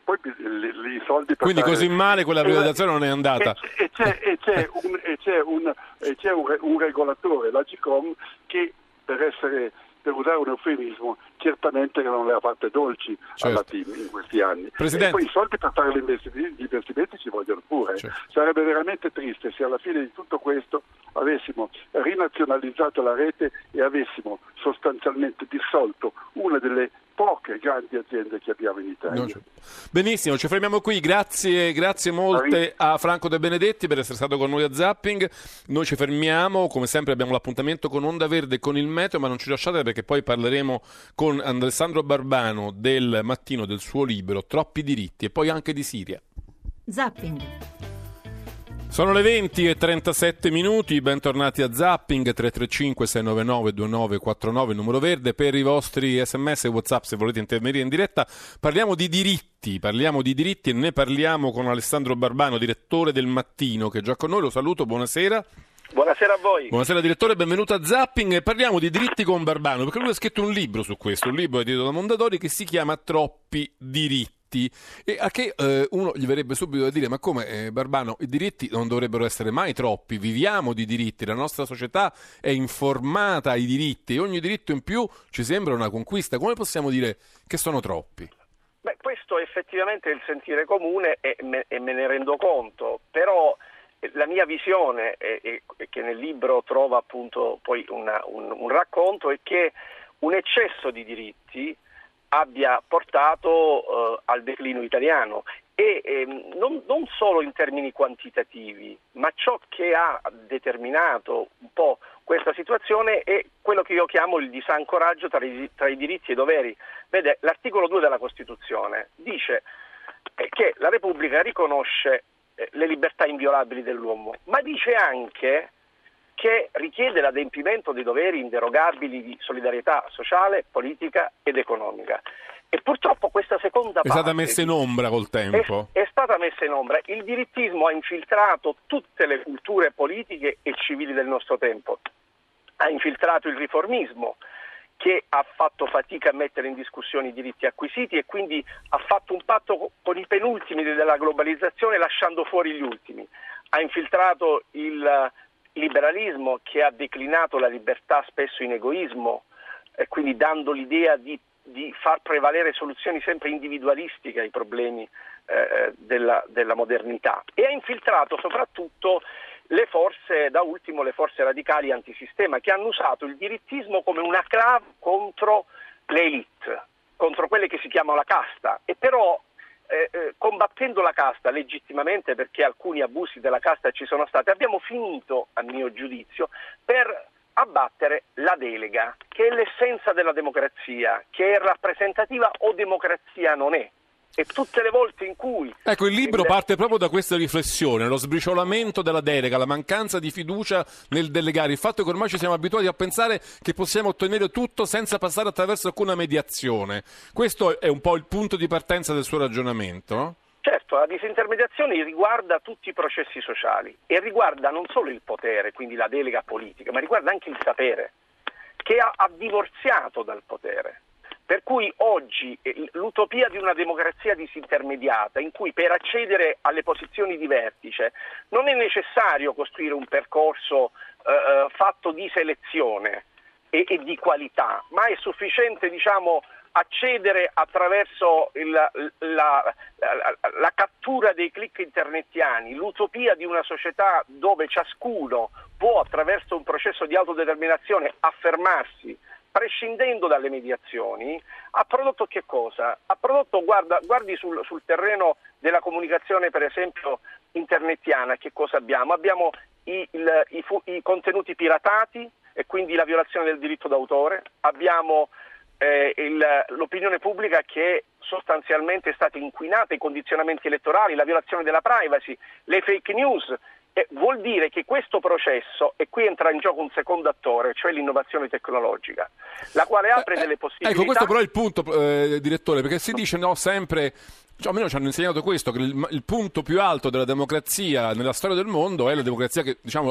poi i soldi per quindi fare... così male quella privatizzazione non è andata. E, e c'è, e c'è, un, e c'è, un, e c'è un, un regolatore, l'Agcom, che per essere, per usare un eufemismo, certamente che non le ha fatte dolci certo. alla team in questi anni. Presidente. E poi i soldi per fare gli investimenti, gli investimenti ci vogliono pure. Certo. Sarebbe veramente triste se alla fine di tutto questo avessimo rinazionalizzato la rete e avessimo sostanzialmente dissolto una delle poche grandi aziende che abbiamo in Italia. No, benissimo, ci fermiamo qui. Grazie, grazie molte a Franco De Benedetti per essere stato con noi a Zapping. Noi ci fermiamo, come sempre abbiamo l'appuntamento con Onda Verde e con il Meteo, ma non ci lasciate perché poi parleremo con Alessandro Barbano del Mattino, del suo libro Troppi diritti, e poi anche di Siria. Zapping. Sono le venti e trentasette minuti, bentornati a Zapping. Tre tre cinque sei nove nove due nove quattro nove, numero verde per i vostri sms e WhatsApp se volete intervenire in diretta. Parliamo di diritti, parliamo di diritti e ne parliamo con Alessandro Barbano, direttore del Mattino, che è già con noi. Lo saluto, buonasera. Buonasera a voi. Buonasera direttore, benvenuto a Zapping. E parliamo di diritti con Barbano, perché lui ha scritto un libro su questo, un libro edito da Mondadori che si chiama Troppi diritti. E a che eh, uno gli verrebbe subito da dire: ma come eh, Barbano, i diritti non dovrebbero essere mai troppi, viviamo di diritti, la nostra società è informata ai diritti e ogni diritto in più ci sembra una conquista, come possiamo dire che sono troppi? Beh, questo effettivamente è il sentire comune e me, e me ne rendo conto, però la mia visione, è, è, è che nel libro trova appunto poi una, un, un racconto, è che un eccesso di diritti abbia portato uh, al declino italiano e ehm, non, non solo in termini quantitativi, ma ciò che ha determinato un po' questa situazione è quello che io chiamo il disancoraggio tra i, tra i diritti e i doveri. Vede, l'articolo due della Costituzione dice eh, che la Repubblica riconosce eh, le libertà inviolabili dell'uomo, ma dice anche che richiede l'adempimento dei doveri inderogabili di solidarietà sociale, politica ed economica. E purtroppo questa seconda parte è stata messa in ombra col tempo. È, è stata messa in ombra. Il dirittismo ha infiltrato tutte le culture politiche e civili del nostro tempo. Ha infiltrato il riformismo, che ha fatto fatica a mettere in discussione i diritti acquisiti e quindi ha fatto un patto con i penultimi della globalizzazione, lasciando fuori gli ultimi. Ha infiltrato il liberalismo, che ha declinato la libertà spesso in egoismo, e quindi dando l'idea di, di far prevalere soluzioni sempre individualistiche ai problemi eh, della, della modernità, e ha infiltrato soprattutto le forze, da ultimo le forze radicali antisistema, che hanno usato il dirittismo come una clave contro le elite, contro quelle che si chiamano la casta, e però Eh, eh, combattendo la casta legittimamente, perché alcuni abusi della casta ci sono stati, abbiamo finito, a mio giudizio, per abbattere la delega, che è l'essenza della democrazia, che è rappresentativa o democrazia non è. E tutte le volte in cui... Ecco, il libro parte proprio da questa riflessione, lo sbriciolamento della delega, la mancanza di fiducia nel delegare, il fatto che ormai ci siamo abituati a pensare che possiamo ottenere tutto senza passare attraverso alcuna mediazione. Questo è un po' il punto di partenza del suo ragionamento, no? Certo, la disintermediazione riguarda tutti i processi sociali e riguarda non solo il potere, quindi la delega politica, ma riguarda anche il sapere, che ha, ha divorziato dal potere. Per cui oggi l'utopia di una democrazia disintermediata, in cui per accedere alle posizioni di vertice non è necessario costruire un percorso eh, fatto di selezione e, e di qualità, ma è sufficiente, diciamo, accedere attraverso il, la, la, la, la cattura dei click internetiani, l'utopia di una società dove ciascuno può, attraverso un processo di autodeterminazione, affermarsi prescindendo dalle mediazioni, ha prodotto che cosa? Ha prodotto, guarda, guardi sul, sul terreno della comunicazione, per esempio internetiana, che cosa abbiamo? Abbiamo i, il, i, fu, i contenuti piratati e quindi la violazione del diritto d'autore, abbiamo eh, il, l'opinione pubblica che sostanzialmente è stata inquinata, i condizionamenti elettorali, la violazione della privacy, le fake news. Eh, vuol dire che questo processo, e qui entra in gioco un secondo attore, cioè l'innovazione tecnologica, la quale apre eh, delle possibilità. Ecco, questo però è il punto, eh, direttore, perché si dice no sempre, cioè, almeno ci hanno insegnato questo, che il, il punto più alto della democrazia nella storia del mondo è la democrazia che, diciamo,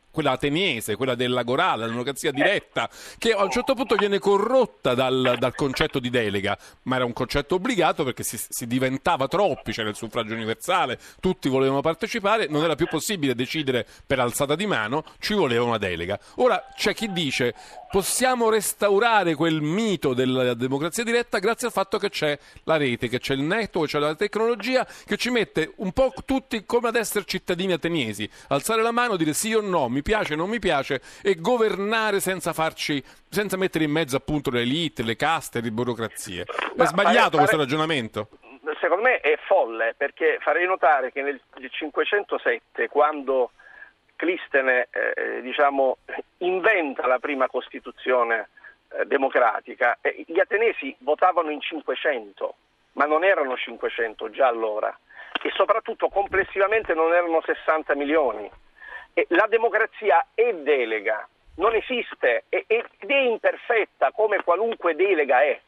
quella ateniese, quella dell'agorà, la democrazia diretta, che a un certo punto viene corrotta dal, dal concetto di delega, ma era un concetto obbligato perché si, si diventava troppi, c'era il suffragio universale, tutti volevano partecipare, non era più possibile decidere per alzata di mano, ci voleva una delega. Ora c'è chi dice possiamo restaurare quel mito della democrazia diretta grazie al fatto che c'è la rete, che c'è il network, che c'è la tecnologia, che ci mette un po' tutti come ad essere cittadini ateniesi, alzare la mano, dire sì o no, mi piace, non mi piace, e governare senza farci, senza mettere in mezzo appunto le elite, le caste, le burocrazie. È sbagliato fare, questo ragionamento? Secondo me è folle, perché farei notare che nel cinquecentosette, quando Clistene eh, diciamo, inventa la prima Costituzione eh, democratica, eh, gli atenesi votavano in cinquecento, ma non erano cinquecento già allora, e soprattutto complessivamente non erano sessanta milioni. E la democrazia è delega, non esiste, è, è, ed è imperfetta come qualunque delega è,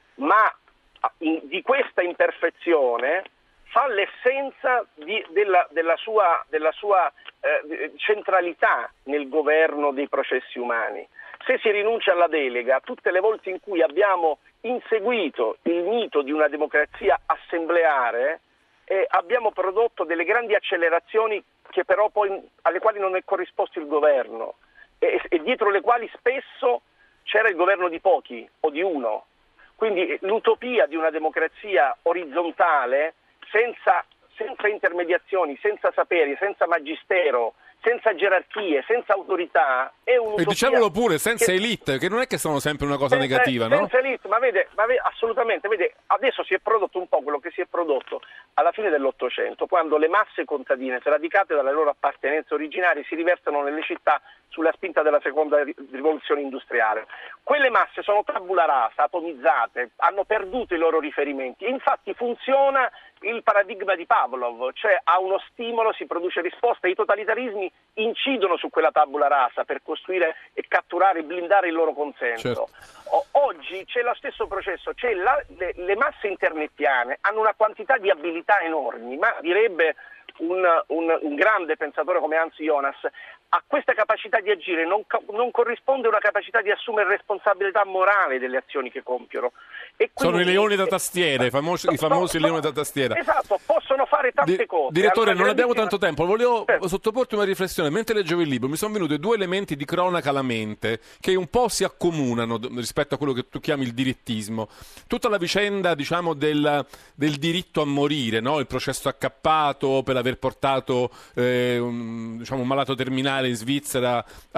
ma in, di questa imperfezione fa l'essenza di, della, della sua, della sua eh, centralità nel governo dei processi umani. Se si rinuncia alla delega, tutte le volte in cui abbiamo inseguito il mito di una democrazia assembleare, eh, abbiamo prodotto delle grandi accelerazioni che però poi, alle quali non è corrisposto il governo e, e dietro le quali spesso c'era il governo di pochi o di uno. Quindi l'utopia di una democrazia orizzontale senza, senza intermediazioni, senza saperi, senza magistero, senza gerarchie, senza autorità, è un'utopia. E diciamolo pure, senza che, elite, che non è che sono sempre una cosa senza, negativa, senza no? Senza elite, ma vede, ma vede, assolutamente, vede, adesso si è prodotto un po' quello che si è prodotto alla fine dell'Ottocento, quando le masse contadine, sradicate dalle loro appartenenze originarie, si riversano nelle città sulla spinta della seconda rivoluzione industriale. Quelle masse sono tabula rasa, atomizzate, hanno perduto i loro riferimenti, e infatti funziona il paradigma di Pavlov, cioè a uno stimolo si produce risposta. I totalitarismi incidono su quella tabula rasa per costruire e catturare e blindare il loro consenso. Certo. O- oggi c'è lo stesso processo, c'è la, le, le masse internettiane hanno una quantità di abilità enormi, ma direbbe un, un, un grande pensatore come Hans Jonas, a questa capacità di agire non, non corrisponde una capacità di assumere responsabilità morale delle azioni che compiono. E quindi, sono i leoni da tastiera, i famosi, so, i famosi so, leoni da tastiera. Esatto, possono fare tante Di, cose. Direttore, non abbiamo grandissima... tanto tempo, volevo eh. sottoporti una riflessione. Mentre leggevo il libro mi sono venuti due elementi di cronaca alla mente che un po' si accomunano rispetto a quello che tu chiami il dirittismo. Tutta la vicenda, diciamo, del, del diritto a morire, no? Il processo accappato per aver portato eh, un, diciamo, un malato terminale in Svizzera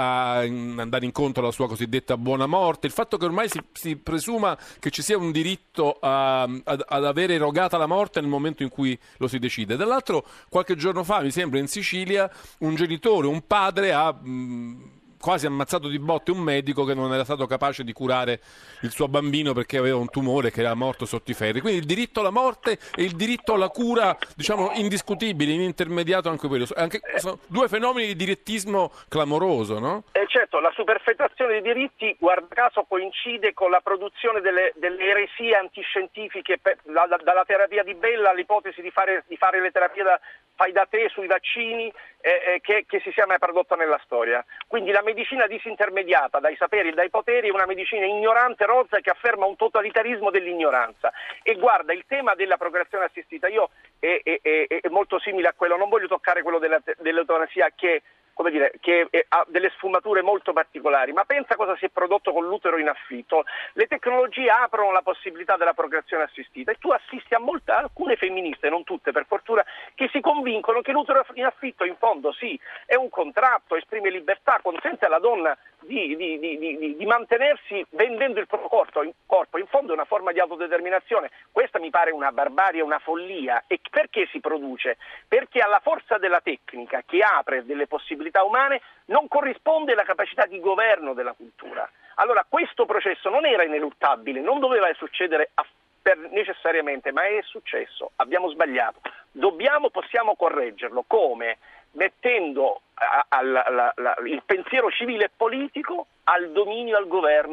a in, andare incontro alla sua cosiddetta buona morte, il fatto che ormai si, si presuma che ci sia un diritto a, ad, ad avere erogata la morte nel momento in cui lo si decide. Dall'altro, qualche giorno fa, mi sembra, in Sicilia un genitore, un padre ha mh, quasi ammazzato di botte un medico che non era stato capace di curare il suo bambino perché aveva un tumore che era morto sotto i ferri. Quindi il diritto alla morte e il diritto alla cura, diciamo, indiscutibili, inintermediato anche quello. Anche, sono due fenomeni di direttismo clamoroso, no? Eh certo, la superfetazione dei diritti, guarda caso, coincide con la produzione delle, delle eresie antiscientifiche, per, la, la, dalla terapia di Bella all'ipotesi di fare, di fare le terapie da fai da te sui vaccini eh, eh, che, che si sia mai prodotta nella storia. Quindi la medicina disintermediata dai saperi e dai poteri è una medicina ignorante, rozza, che afferma un totalitarismo dell'ignoranza. E guarda, il tema della procreazione assistita io è, è, è, è molto simile a quello, non voglio toccare quello della, dell'eutanasia che come dire, che ha delle sfumature molto particolari, ma pensa cosa si è prodotto con l'utero in affitto. Le tecnologie aprono la possibilità della procreazione assistita e tu assisti a molte, alcune femministe, non tutte per fortuna, che si convincono che l'utero in affitto in fondo sì, è un contratto, esprime libertà, consente alla donna di, di, di, di, di mantenersi vendendo il proprio corpo, in, corpo, in fondo è una forma di autodeterminazione. Questa mi pare una barbarie, una follia. E perché si produce? Perché alla forza della tecnica che apre delle possibilità umane non corrisponde la capacità di governo della cultura. Allora questo processo non era ineluttabile, non doveva succedere a, per, necessariamente, ma è successo, abbiamo sbagliato. Dobbiamo, possiamo correggerlo, come? Mettendo a, a, la, la, la, il pensiero civile e politico al dominio, al governo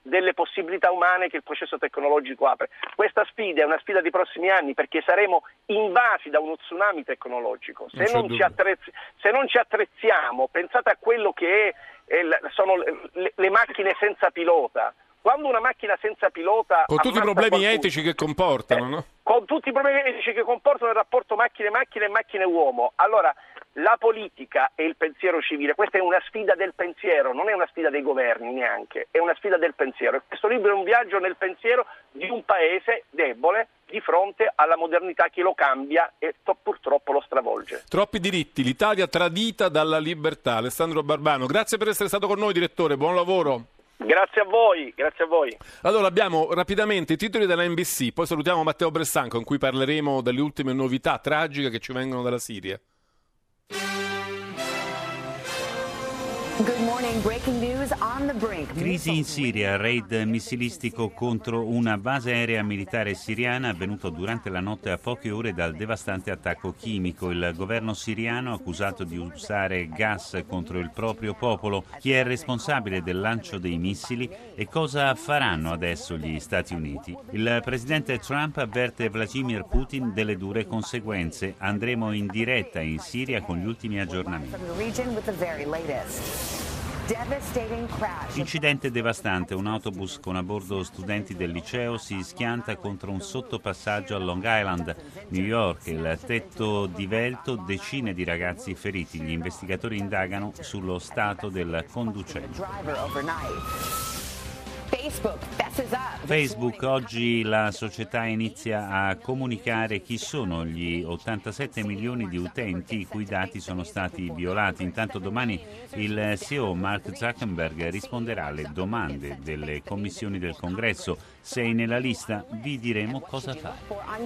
delle possibilità umane che il processo tecnologico apre. Questa sfida è una sfida dei prossimi anni, perché saremo invasi da uno tsunami tecnologico. Se non, non ci, attrezz- se non ci attrezziamo, pensate a quello che è, è l- sono le, le macchine senza pilota. Quando una macchina senza pilota... Con tutti i problemi qualcuno, etici che comportano, eh, no? Con tutti i problemi etici che comportano il rapporto macchine-macchine e macchine-uomo. Allora, la politica e il pensiero civile, questa è una sfida del pensiero, non è una sfida dei governi neanche, è una sfida del pensiero. E questo libro è un viaggio nel pensiero di un paese debole di fronte alla modernità che lo cambia e to- purtroppo lo stravolge. Troppi diritti, l'Italia tradita dalla libertà. Alessandro Barbano, grazie per essere stato con noi, direttore, buon lavoro. Grazie a voi, grazie a voi. Allora abbiamo rapidamente i titoli della N B C, poi salutiamo Matteo Bressan con cui parleremo delle ultime novità tragiche che ci vengono dalla Siria. Good morning, breaking news on the brink. Crisi in Siria, raid missilistico contro una base aerea militare siriana avvenuto durante la notte a poche ore dal devastante attacco chimico. Il governo siriano accusato di usare gas contro il proprio popolo. Chi è responsabile del lancio dei missili e cosa faranno adesso gli Stati Uniti? Il presidente Trump avverte Vladimir Putin delle dure conseguenze. Andremo in diretta in Siria con gli ultimi aggiornamenti. Incidente devastante, un autobus con a bordo studenti del liceo si schianta contro un sottopassaggio a Long Island, New York. Il tetto divelto, decine di ragazzi feriti. Gli investigatori indagano sullo stato del conducente. Facebook, oggi la società inizia a comunicare chi sono gli ottantasette milioni di utenti i cui dati sono stati violati. Intanto domani il C E O Mark Zuckerberg risponderà alle domande delle commissioni del Congresso. Sei nella lista, vi diremo cosa fare.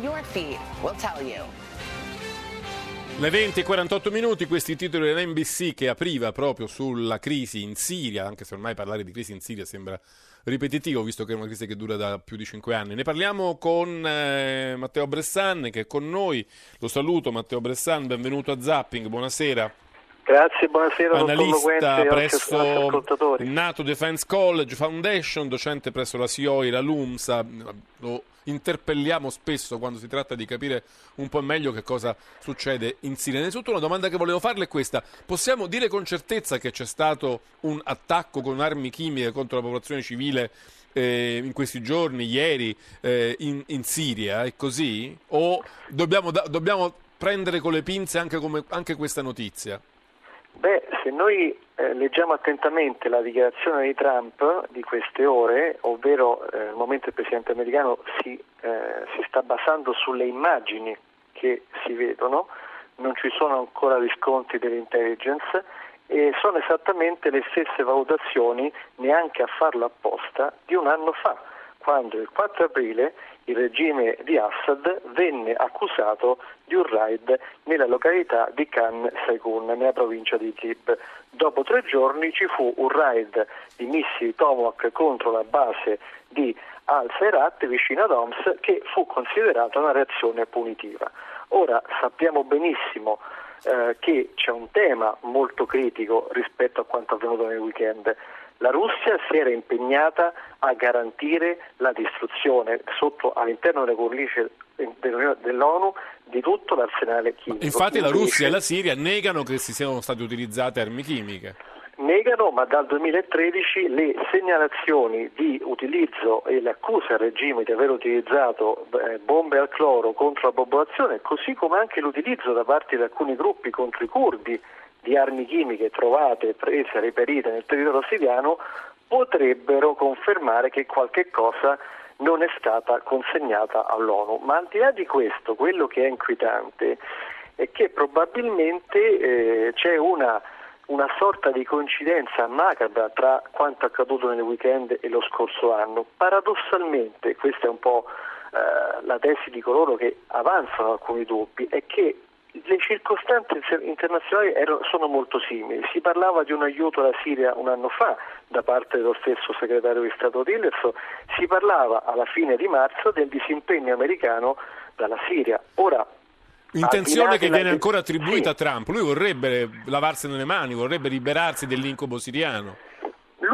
Le venti e quarantotto minuti, questi titoli dell'N B C che apriva proprio sulla crisi in Siria, anche se ormai parlare di crisi in Siria sembra ripetitivo, visto che è una crisi che dura da più di cinque anni. Ne parliamo con eh, Matteo Bressan, che è con noi. Lo saluto, Matteo Bressan, benvenuto a Zapping, buonasera. Grazie, buonasera. Analista presso NATO Defense College Foundation, docente presso la S I O I, la LUMSA. Lo interpelliamo spesso quando si tratta di capire un po' meglio che cosa succede in Siria. Innanzitutto una domanda che volevo farle è questa: possiamo dire con certezza che c'è stato un attacco con armi chimiche contro la popolazione civile eh, in questi giorni, ieri, eh, in, in Siria? È così? O dobbiamo, da, dobbiamo prendere con le pinze anche, come, anche questa notizia? Beh, se noi eh, leggiamo attentamente la dichiarazione di Trump di queste ore, ovvero eh, il momento il presidente americano si, eh, si sta basando sulle immagini che si vedono, non ci sono ancora riscontri dell'intelligence e sono esattamente le stesse valutazioni, neanche a farlo apposta, di un anno fa, quando il quattro aprile il regime di Assad venne accusato di un raid nella località di Khan Saikun, nella provincia di Idlib. Dopo tre giorni ci fu un raid di missili Tomahawk contro la base di Al-Sayrat vicino ad Homs, che fu considerata una reazione punitiva. Ora sappiamo benissimo eh, che c'è un tema molto critico rispetto a quanto avvenuto nel weekend. La Russia si era impegnata a garantire la distruzione sotto all'interno delle cornici dell'ONU di tutto l'arsenale chimico. Infatti la Russia e la Siria negano che si siano state utilizzate armi chimiche. Negano, ma dal duemilatredici le segnalazioni di utilizzo e le accuse al regime di aver utilizzato eh, bombe al cloro contro la popolazione, così come anche l'utilizzo da parte di alcuni gruppi contro i curdi di armi chimiche trovate, prese, reperite nel territorio siriano, potrebbero confermare che qualche cosa non è stata consegnata all'ONU. Ma al di là di questo, quello che è inquietante è che probabilmente eh, c'è una, una sorta di coincidenza macabra tra quanto accaduto nel weekend e lo scorso anno. Paradossalmente, questa è un po' eh, la tesi di coloro che avanzano alcuni dubbi, è che le circostanze internazionali erano, sono molto simili. Si parlava di un aiuto alla Siria un anno fa da parte dello stesso segretario di Stato Tillerson, si parlava alla fine di marzo del disimpegno americano dalla Siria. Ora, intenzione che viene della... ancora attribuita sì. a Trump. Lui vorrebbe lavarsene le mani, vorrebbe liberarsi dell'incubo siriano. Lui vorrebbe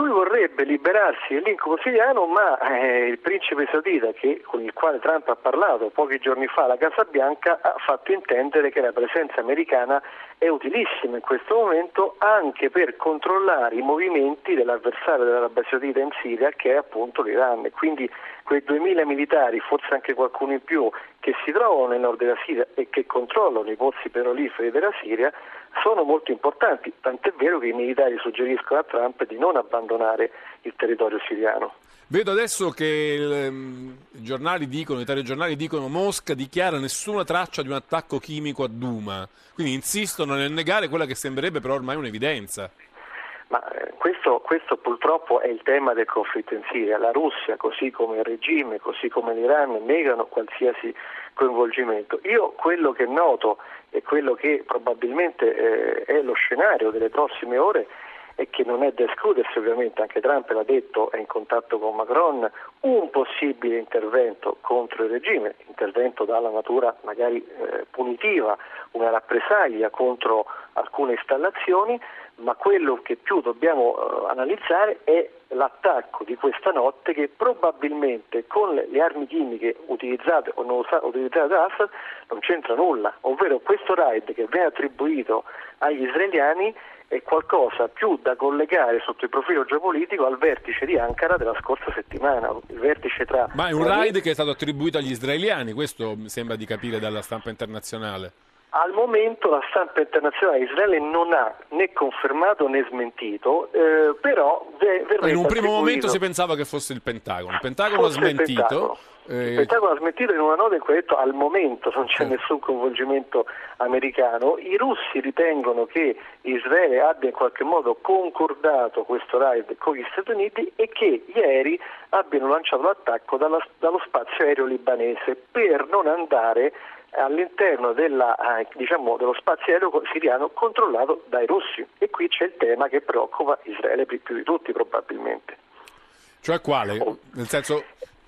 dovrebbe liberarsi dell'incubo siriano, ma eh, il principe saudita, che, con il quale Trump ha parlato pochi giorni fa alla Casa Bianca, ha fatto intendere che la presenza americana è utilissima in questo momento anche per controllare i movimenti dell'avversario dell'Arabia Saudita in Siria, che è appunto l'Iran. E quindi quei duemila militari, forse anche qualcuno in più, che si trovano nel nord della Siria e che controllano i pozzi petroliferi della Siria, sono molto importanti, tant'è vero che i militari suggeriscono a Trump di non abbandonare il territorio siriano. Vedo adesso che il, um, i giornali dicono, i telegiornali dicono Mosca dichiara nessuna traccia di un attacco chimico a Douma, quindi insistono nel negare quella che sembrerebbe però ormai un'evidenza. Ma eh, questo, questo purtroppo è il tema del conflitto in Siria. La Russia, così come il regime, così come l'Iran, negano qualsiasi coinvolgimento. Io quello che noto e quello che probabilmente eh, è lo scenario delle prossime ore e che non è da escludersi, ovviamente anche Trump l'ha detto, è in contatto con Macron, un possibile intervento contro il regime, intervento dalla natura magari eh, punitiva, una rappresaglia contro alcune installazioni, ma quello che più dobbiamo uh, analizzare è l'attacco di questa notte, che probabilmente con le armi chimiche utilizzate o non utilizzate da Assad non c'entra nulla, ovvero questo raid che viene attribuito agli israeliani è qualcosa più da collegare sotto il profilo geopolitico al vertice di Ankara della scorsa settimana, il vertice tra... Ma è un raid che è stato attribuito agli israeliani, questo mi sembra di capire dalla stampa internazionale. Al momento la stampa internazionale di Israele non ha né confermato né smentito, eh, però verrebbe in un primo attribuito... momento si pensava che fosse il Pentagono. Il Pentagono ha smentito. Il Pentagono. Eh... il Pentagono ha smentito in una nota in cui ha detto al momento non c'è nessun coinvolgimento americano. I russi ritengono che Israele abbia in qualche modo concordato questo raid con gli Stati Uniti e che gli aerei abbiano lanciato l'attacco dalla, dallo spazio aereo libanese per non andare all'interno della, eh, diciamo, dello spazio aereo siriano controllato dai russi. E qui c'è il tema che preoccupa Israele più di tutti probabilmente. Cioè quale? Oh. Nel senso...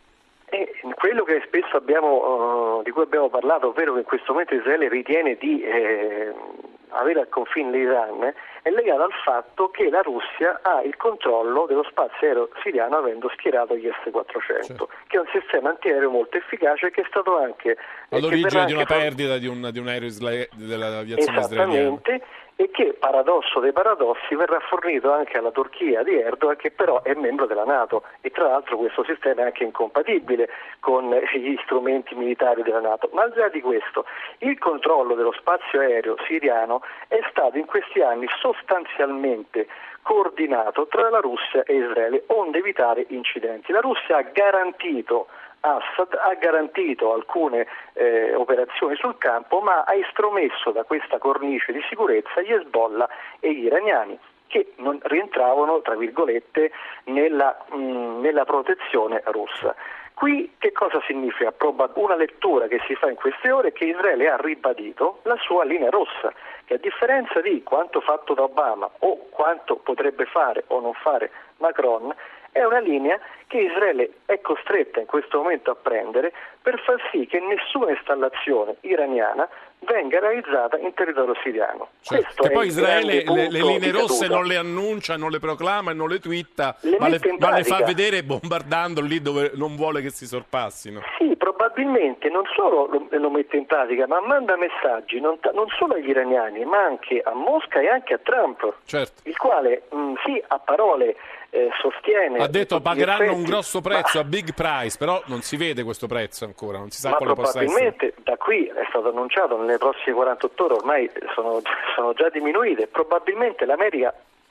E quello che spesso abbiamo, uh, di cui abbiamo parlato, ovvero che in questo momento Israele ritiene di eh, avere al confine l'Iran, è legato al fatto che la Russia ha il controllo dello spazio aereo siriano avendo schierato gli S quattrocento, certo, che è un sistema antiaereo molto efficace che è stato anche... all'origine di una perdita for... di, un, di un aereo isla... dell'aviazione israeliana. Esattamente. E che, paradosso dei paradossi, verrà fornito anche alla Turchia di Erdogan, che però è membro della NATO, e tra l'altro questo sistema è anche incompatibile con gli strumenti militari della NATO. Ma al di là di questo, il controllo dello spazio aereo siriano è stato in questi anni sostanzialmente coordinato tra la Russia e Israele, onde evitare incidenti. La Russia ha garantito Assad, ha garantito alcune eh, operazioni sul campo, ma ha estromesso da questa cornice di sicurezza gli Hezbollah e gli iraniani, che non rientravano, tra virgolette, nella, mh, nella protezione russa. Qui che cosa significa? Una lettura che si fa in queste ore è che Israele ha ribadito la sua linea rossa, che a differenza di quanto fatto da Obama o quanto potrebbe fare o non fare Macron, è una linea che Israele è costretta in questo momento a prendere per far sì che nessuna installazione iraniana venga realizzata in territorio siriano. Cioè, che poi Israele le, le linee rosse non le annuncia, non le proclama e non le twitta, le ma, le, ma le fa vedere bombardando lì dove non vuole che si sorpassino. Sì, probabilmente non solo lo, lo mette in pratica, ma manda messaggi non, non solo agli iraniani, ma anche a Mosca e anche a Trump, certo, il quale mh, sì, a parole eh, sostiene... Ha detto pagheranno effetti, un grosso prezzo, ma, a big price, però non si vede questo prezzo ancora, non si sa ma quale possa essere. Probabilmente da qui è stato annunciato nelle prossime quarantotto ore, ormai sono, sono già diminuite, probabilmente l'America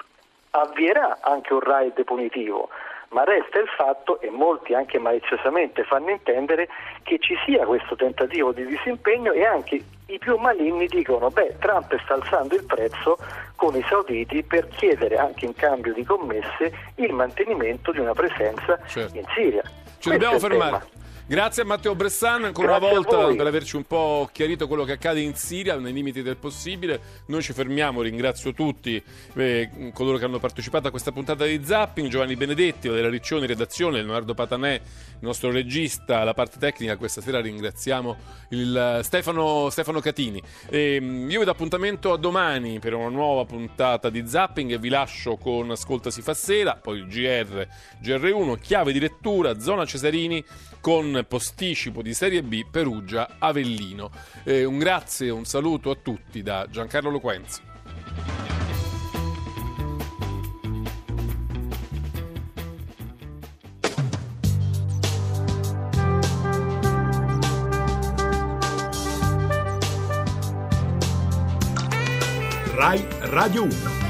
avvierà anche un raid punitivo, ma resta il fatto, e molti anche maliziosamente fanno intendere, che ci sia questo tentativo di disimpegno, e anche i più maligni dicono beh, Trump sta alzando il prezzo con i sauditi per chiedere anche in cambio di commesse il mantenimento di una presenza, certo, in Siria. Ci dobbiamo fermare. Grazie a Matteo Bressan ancora Grazie una volta a voi. per averci un po' chiarito quello che accade in Siria nei limiti del possibile. Noi ci fermiamo, ringrazio tutti eh, coloro che hanno partecipato a questa puntata di Zapping, Giovanni Benedetti, Valeria Riccioni, redazione, Leonardo Patanè, il nostro regista, la parte tecnica. Questa sera ringraziamo il Stefano, Stefano Catini. E, io vi do appuntamento a domani per una nuova puntata di Zapping e vi lascio con Ascolta si fa sera, poi il G R, G R uno, chiave di lettura, Zona Cesarini con posticipo di Serie B Perugia Avellino. Eh, un grazie, un saluto a tutti da Giancarlo Loquenzi. Rai Radio uno.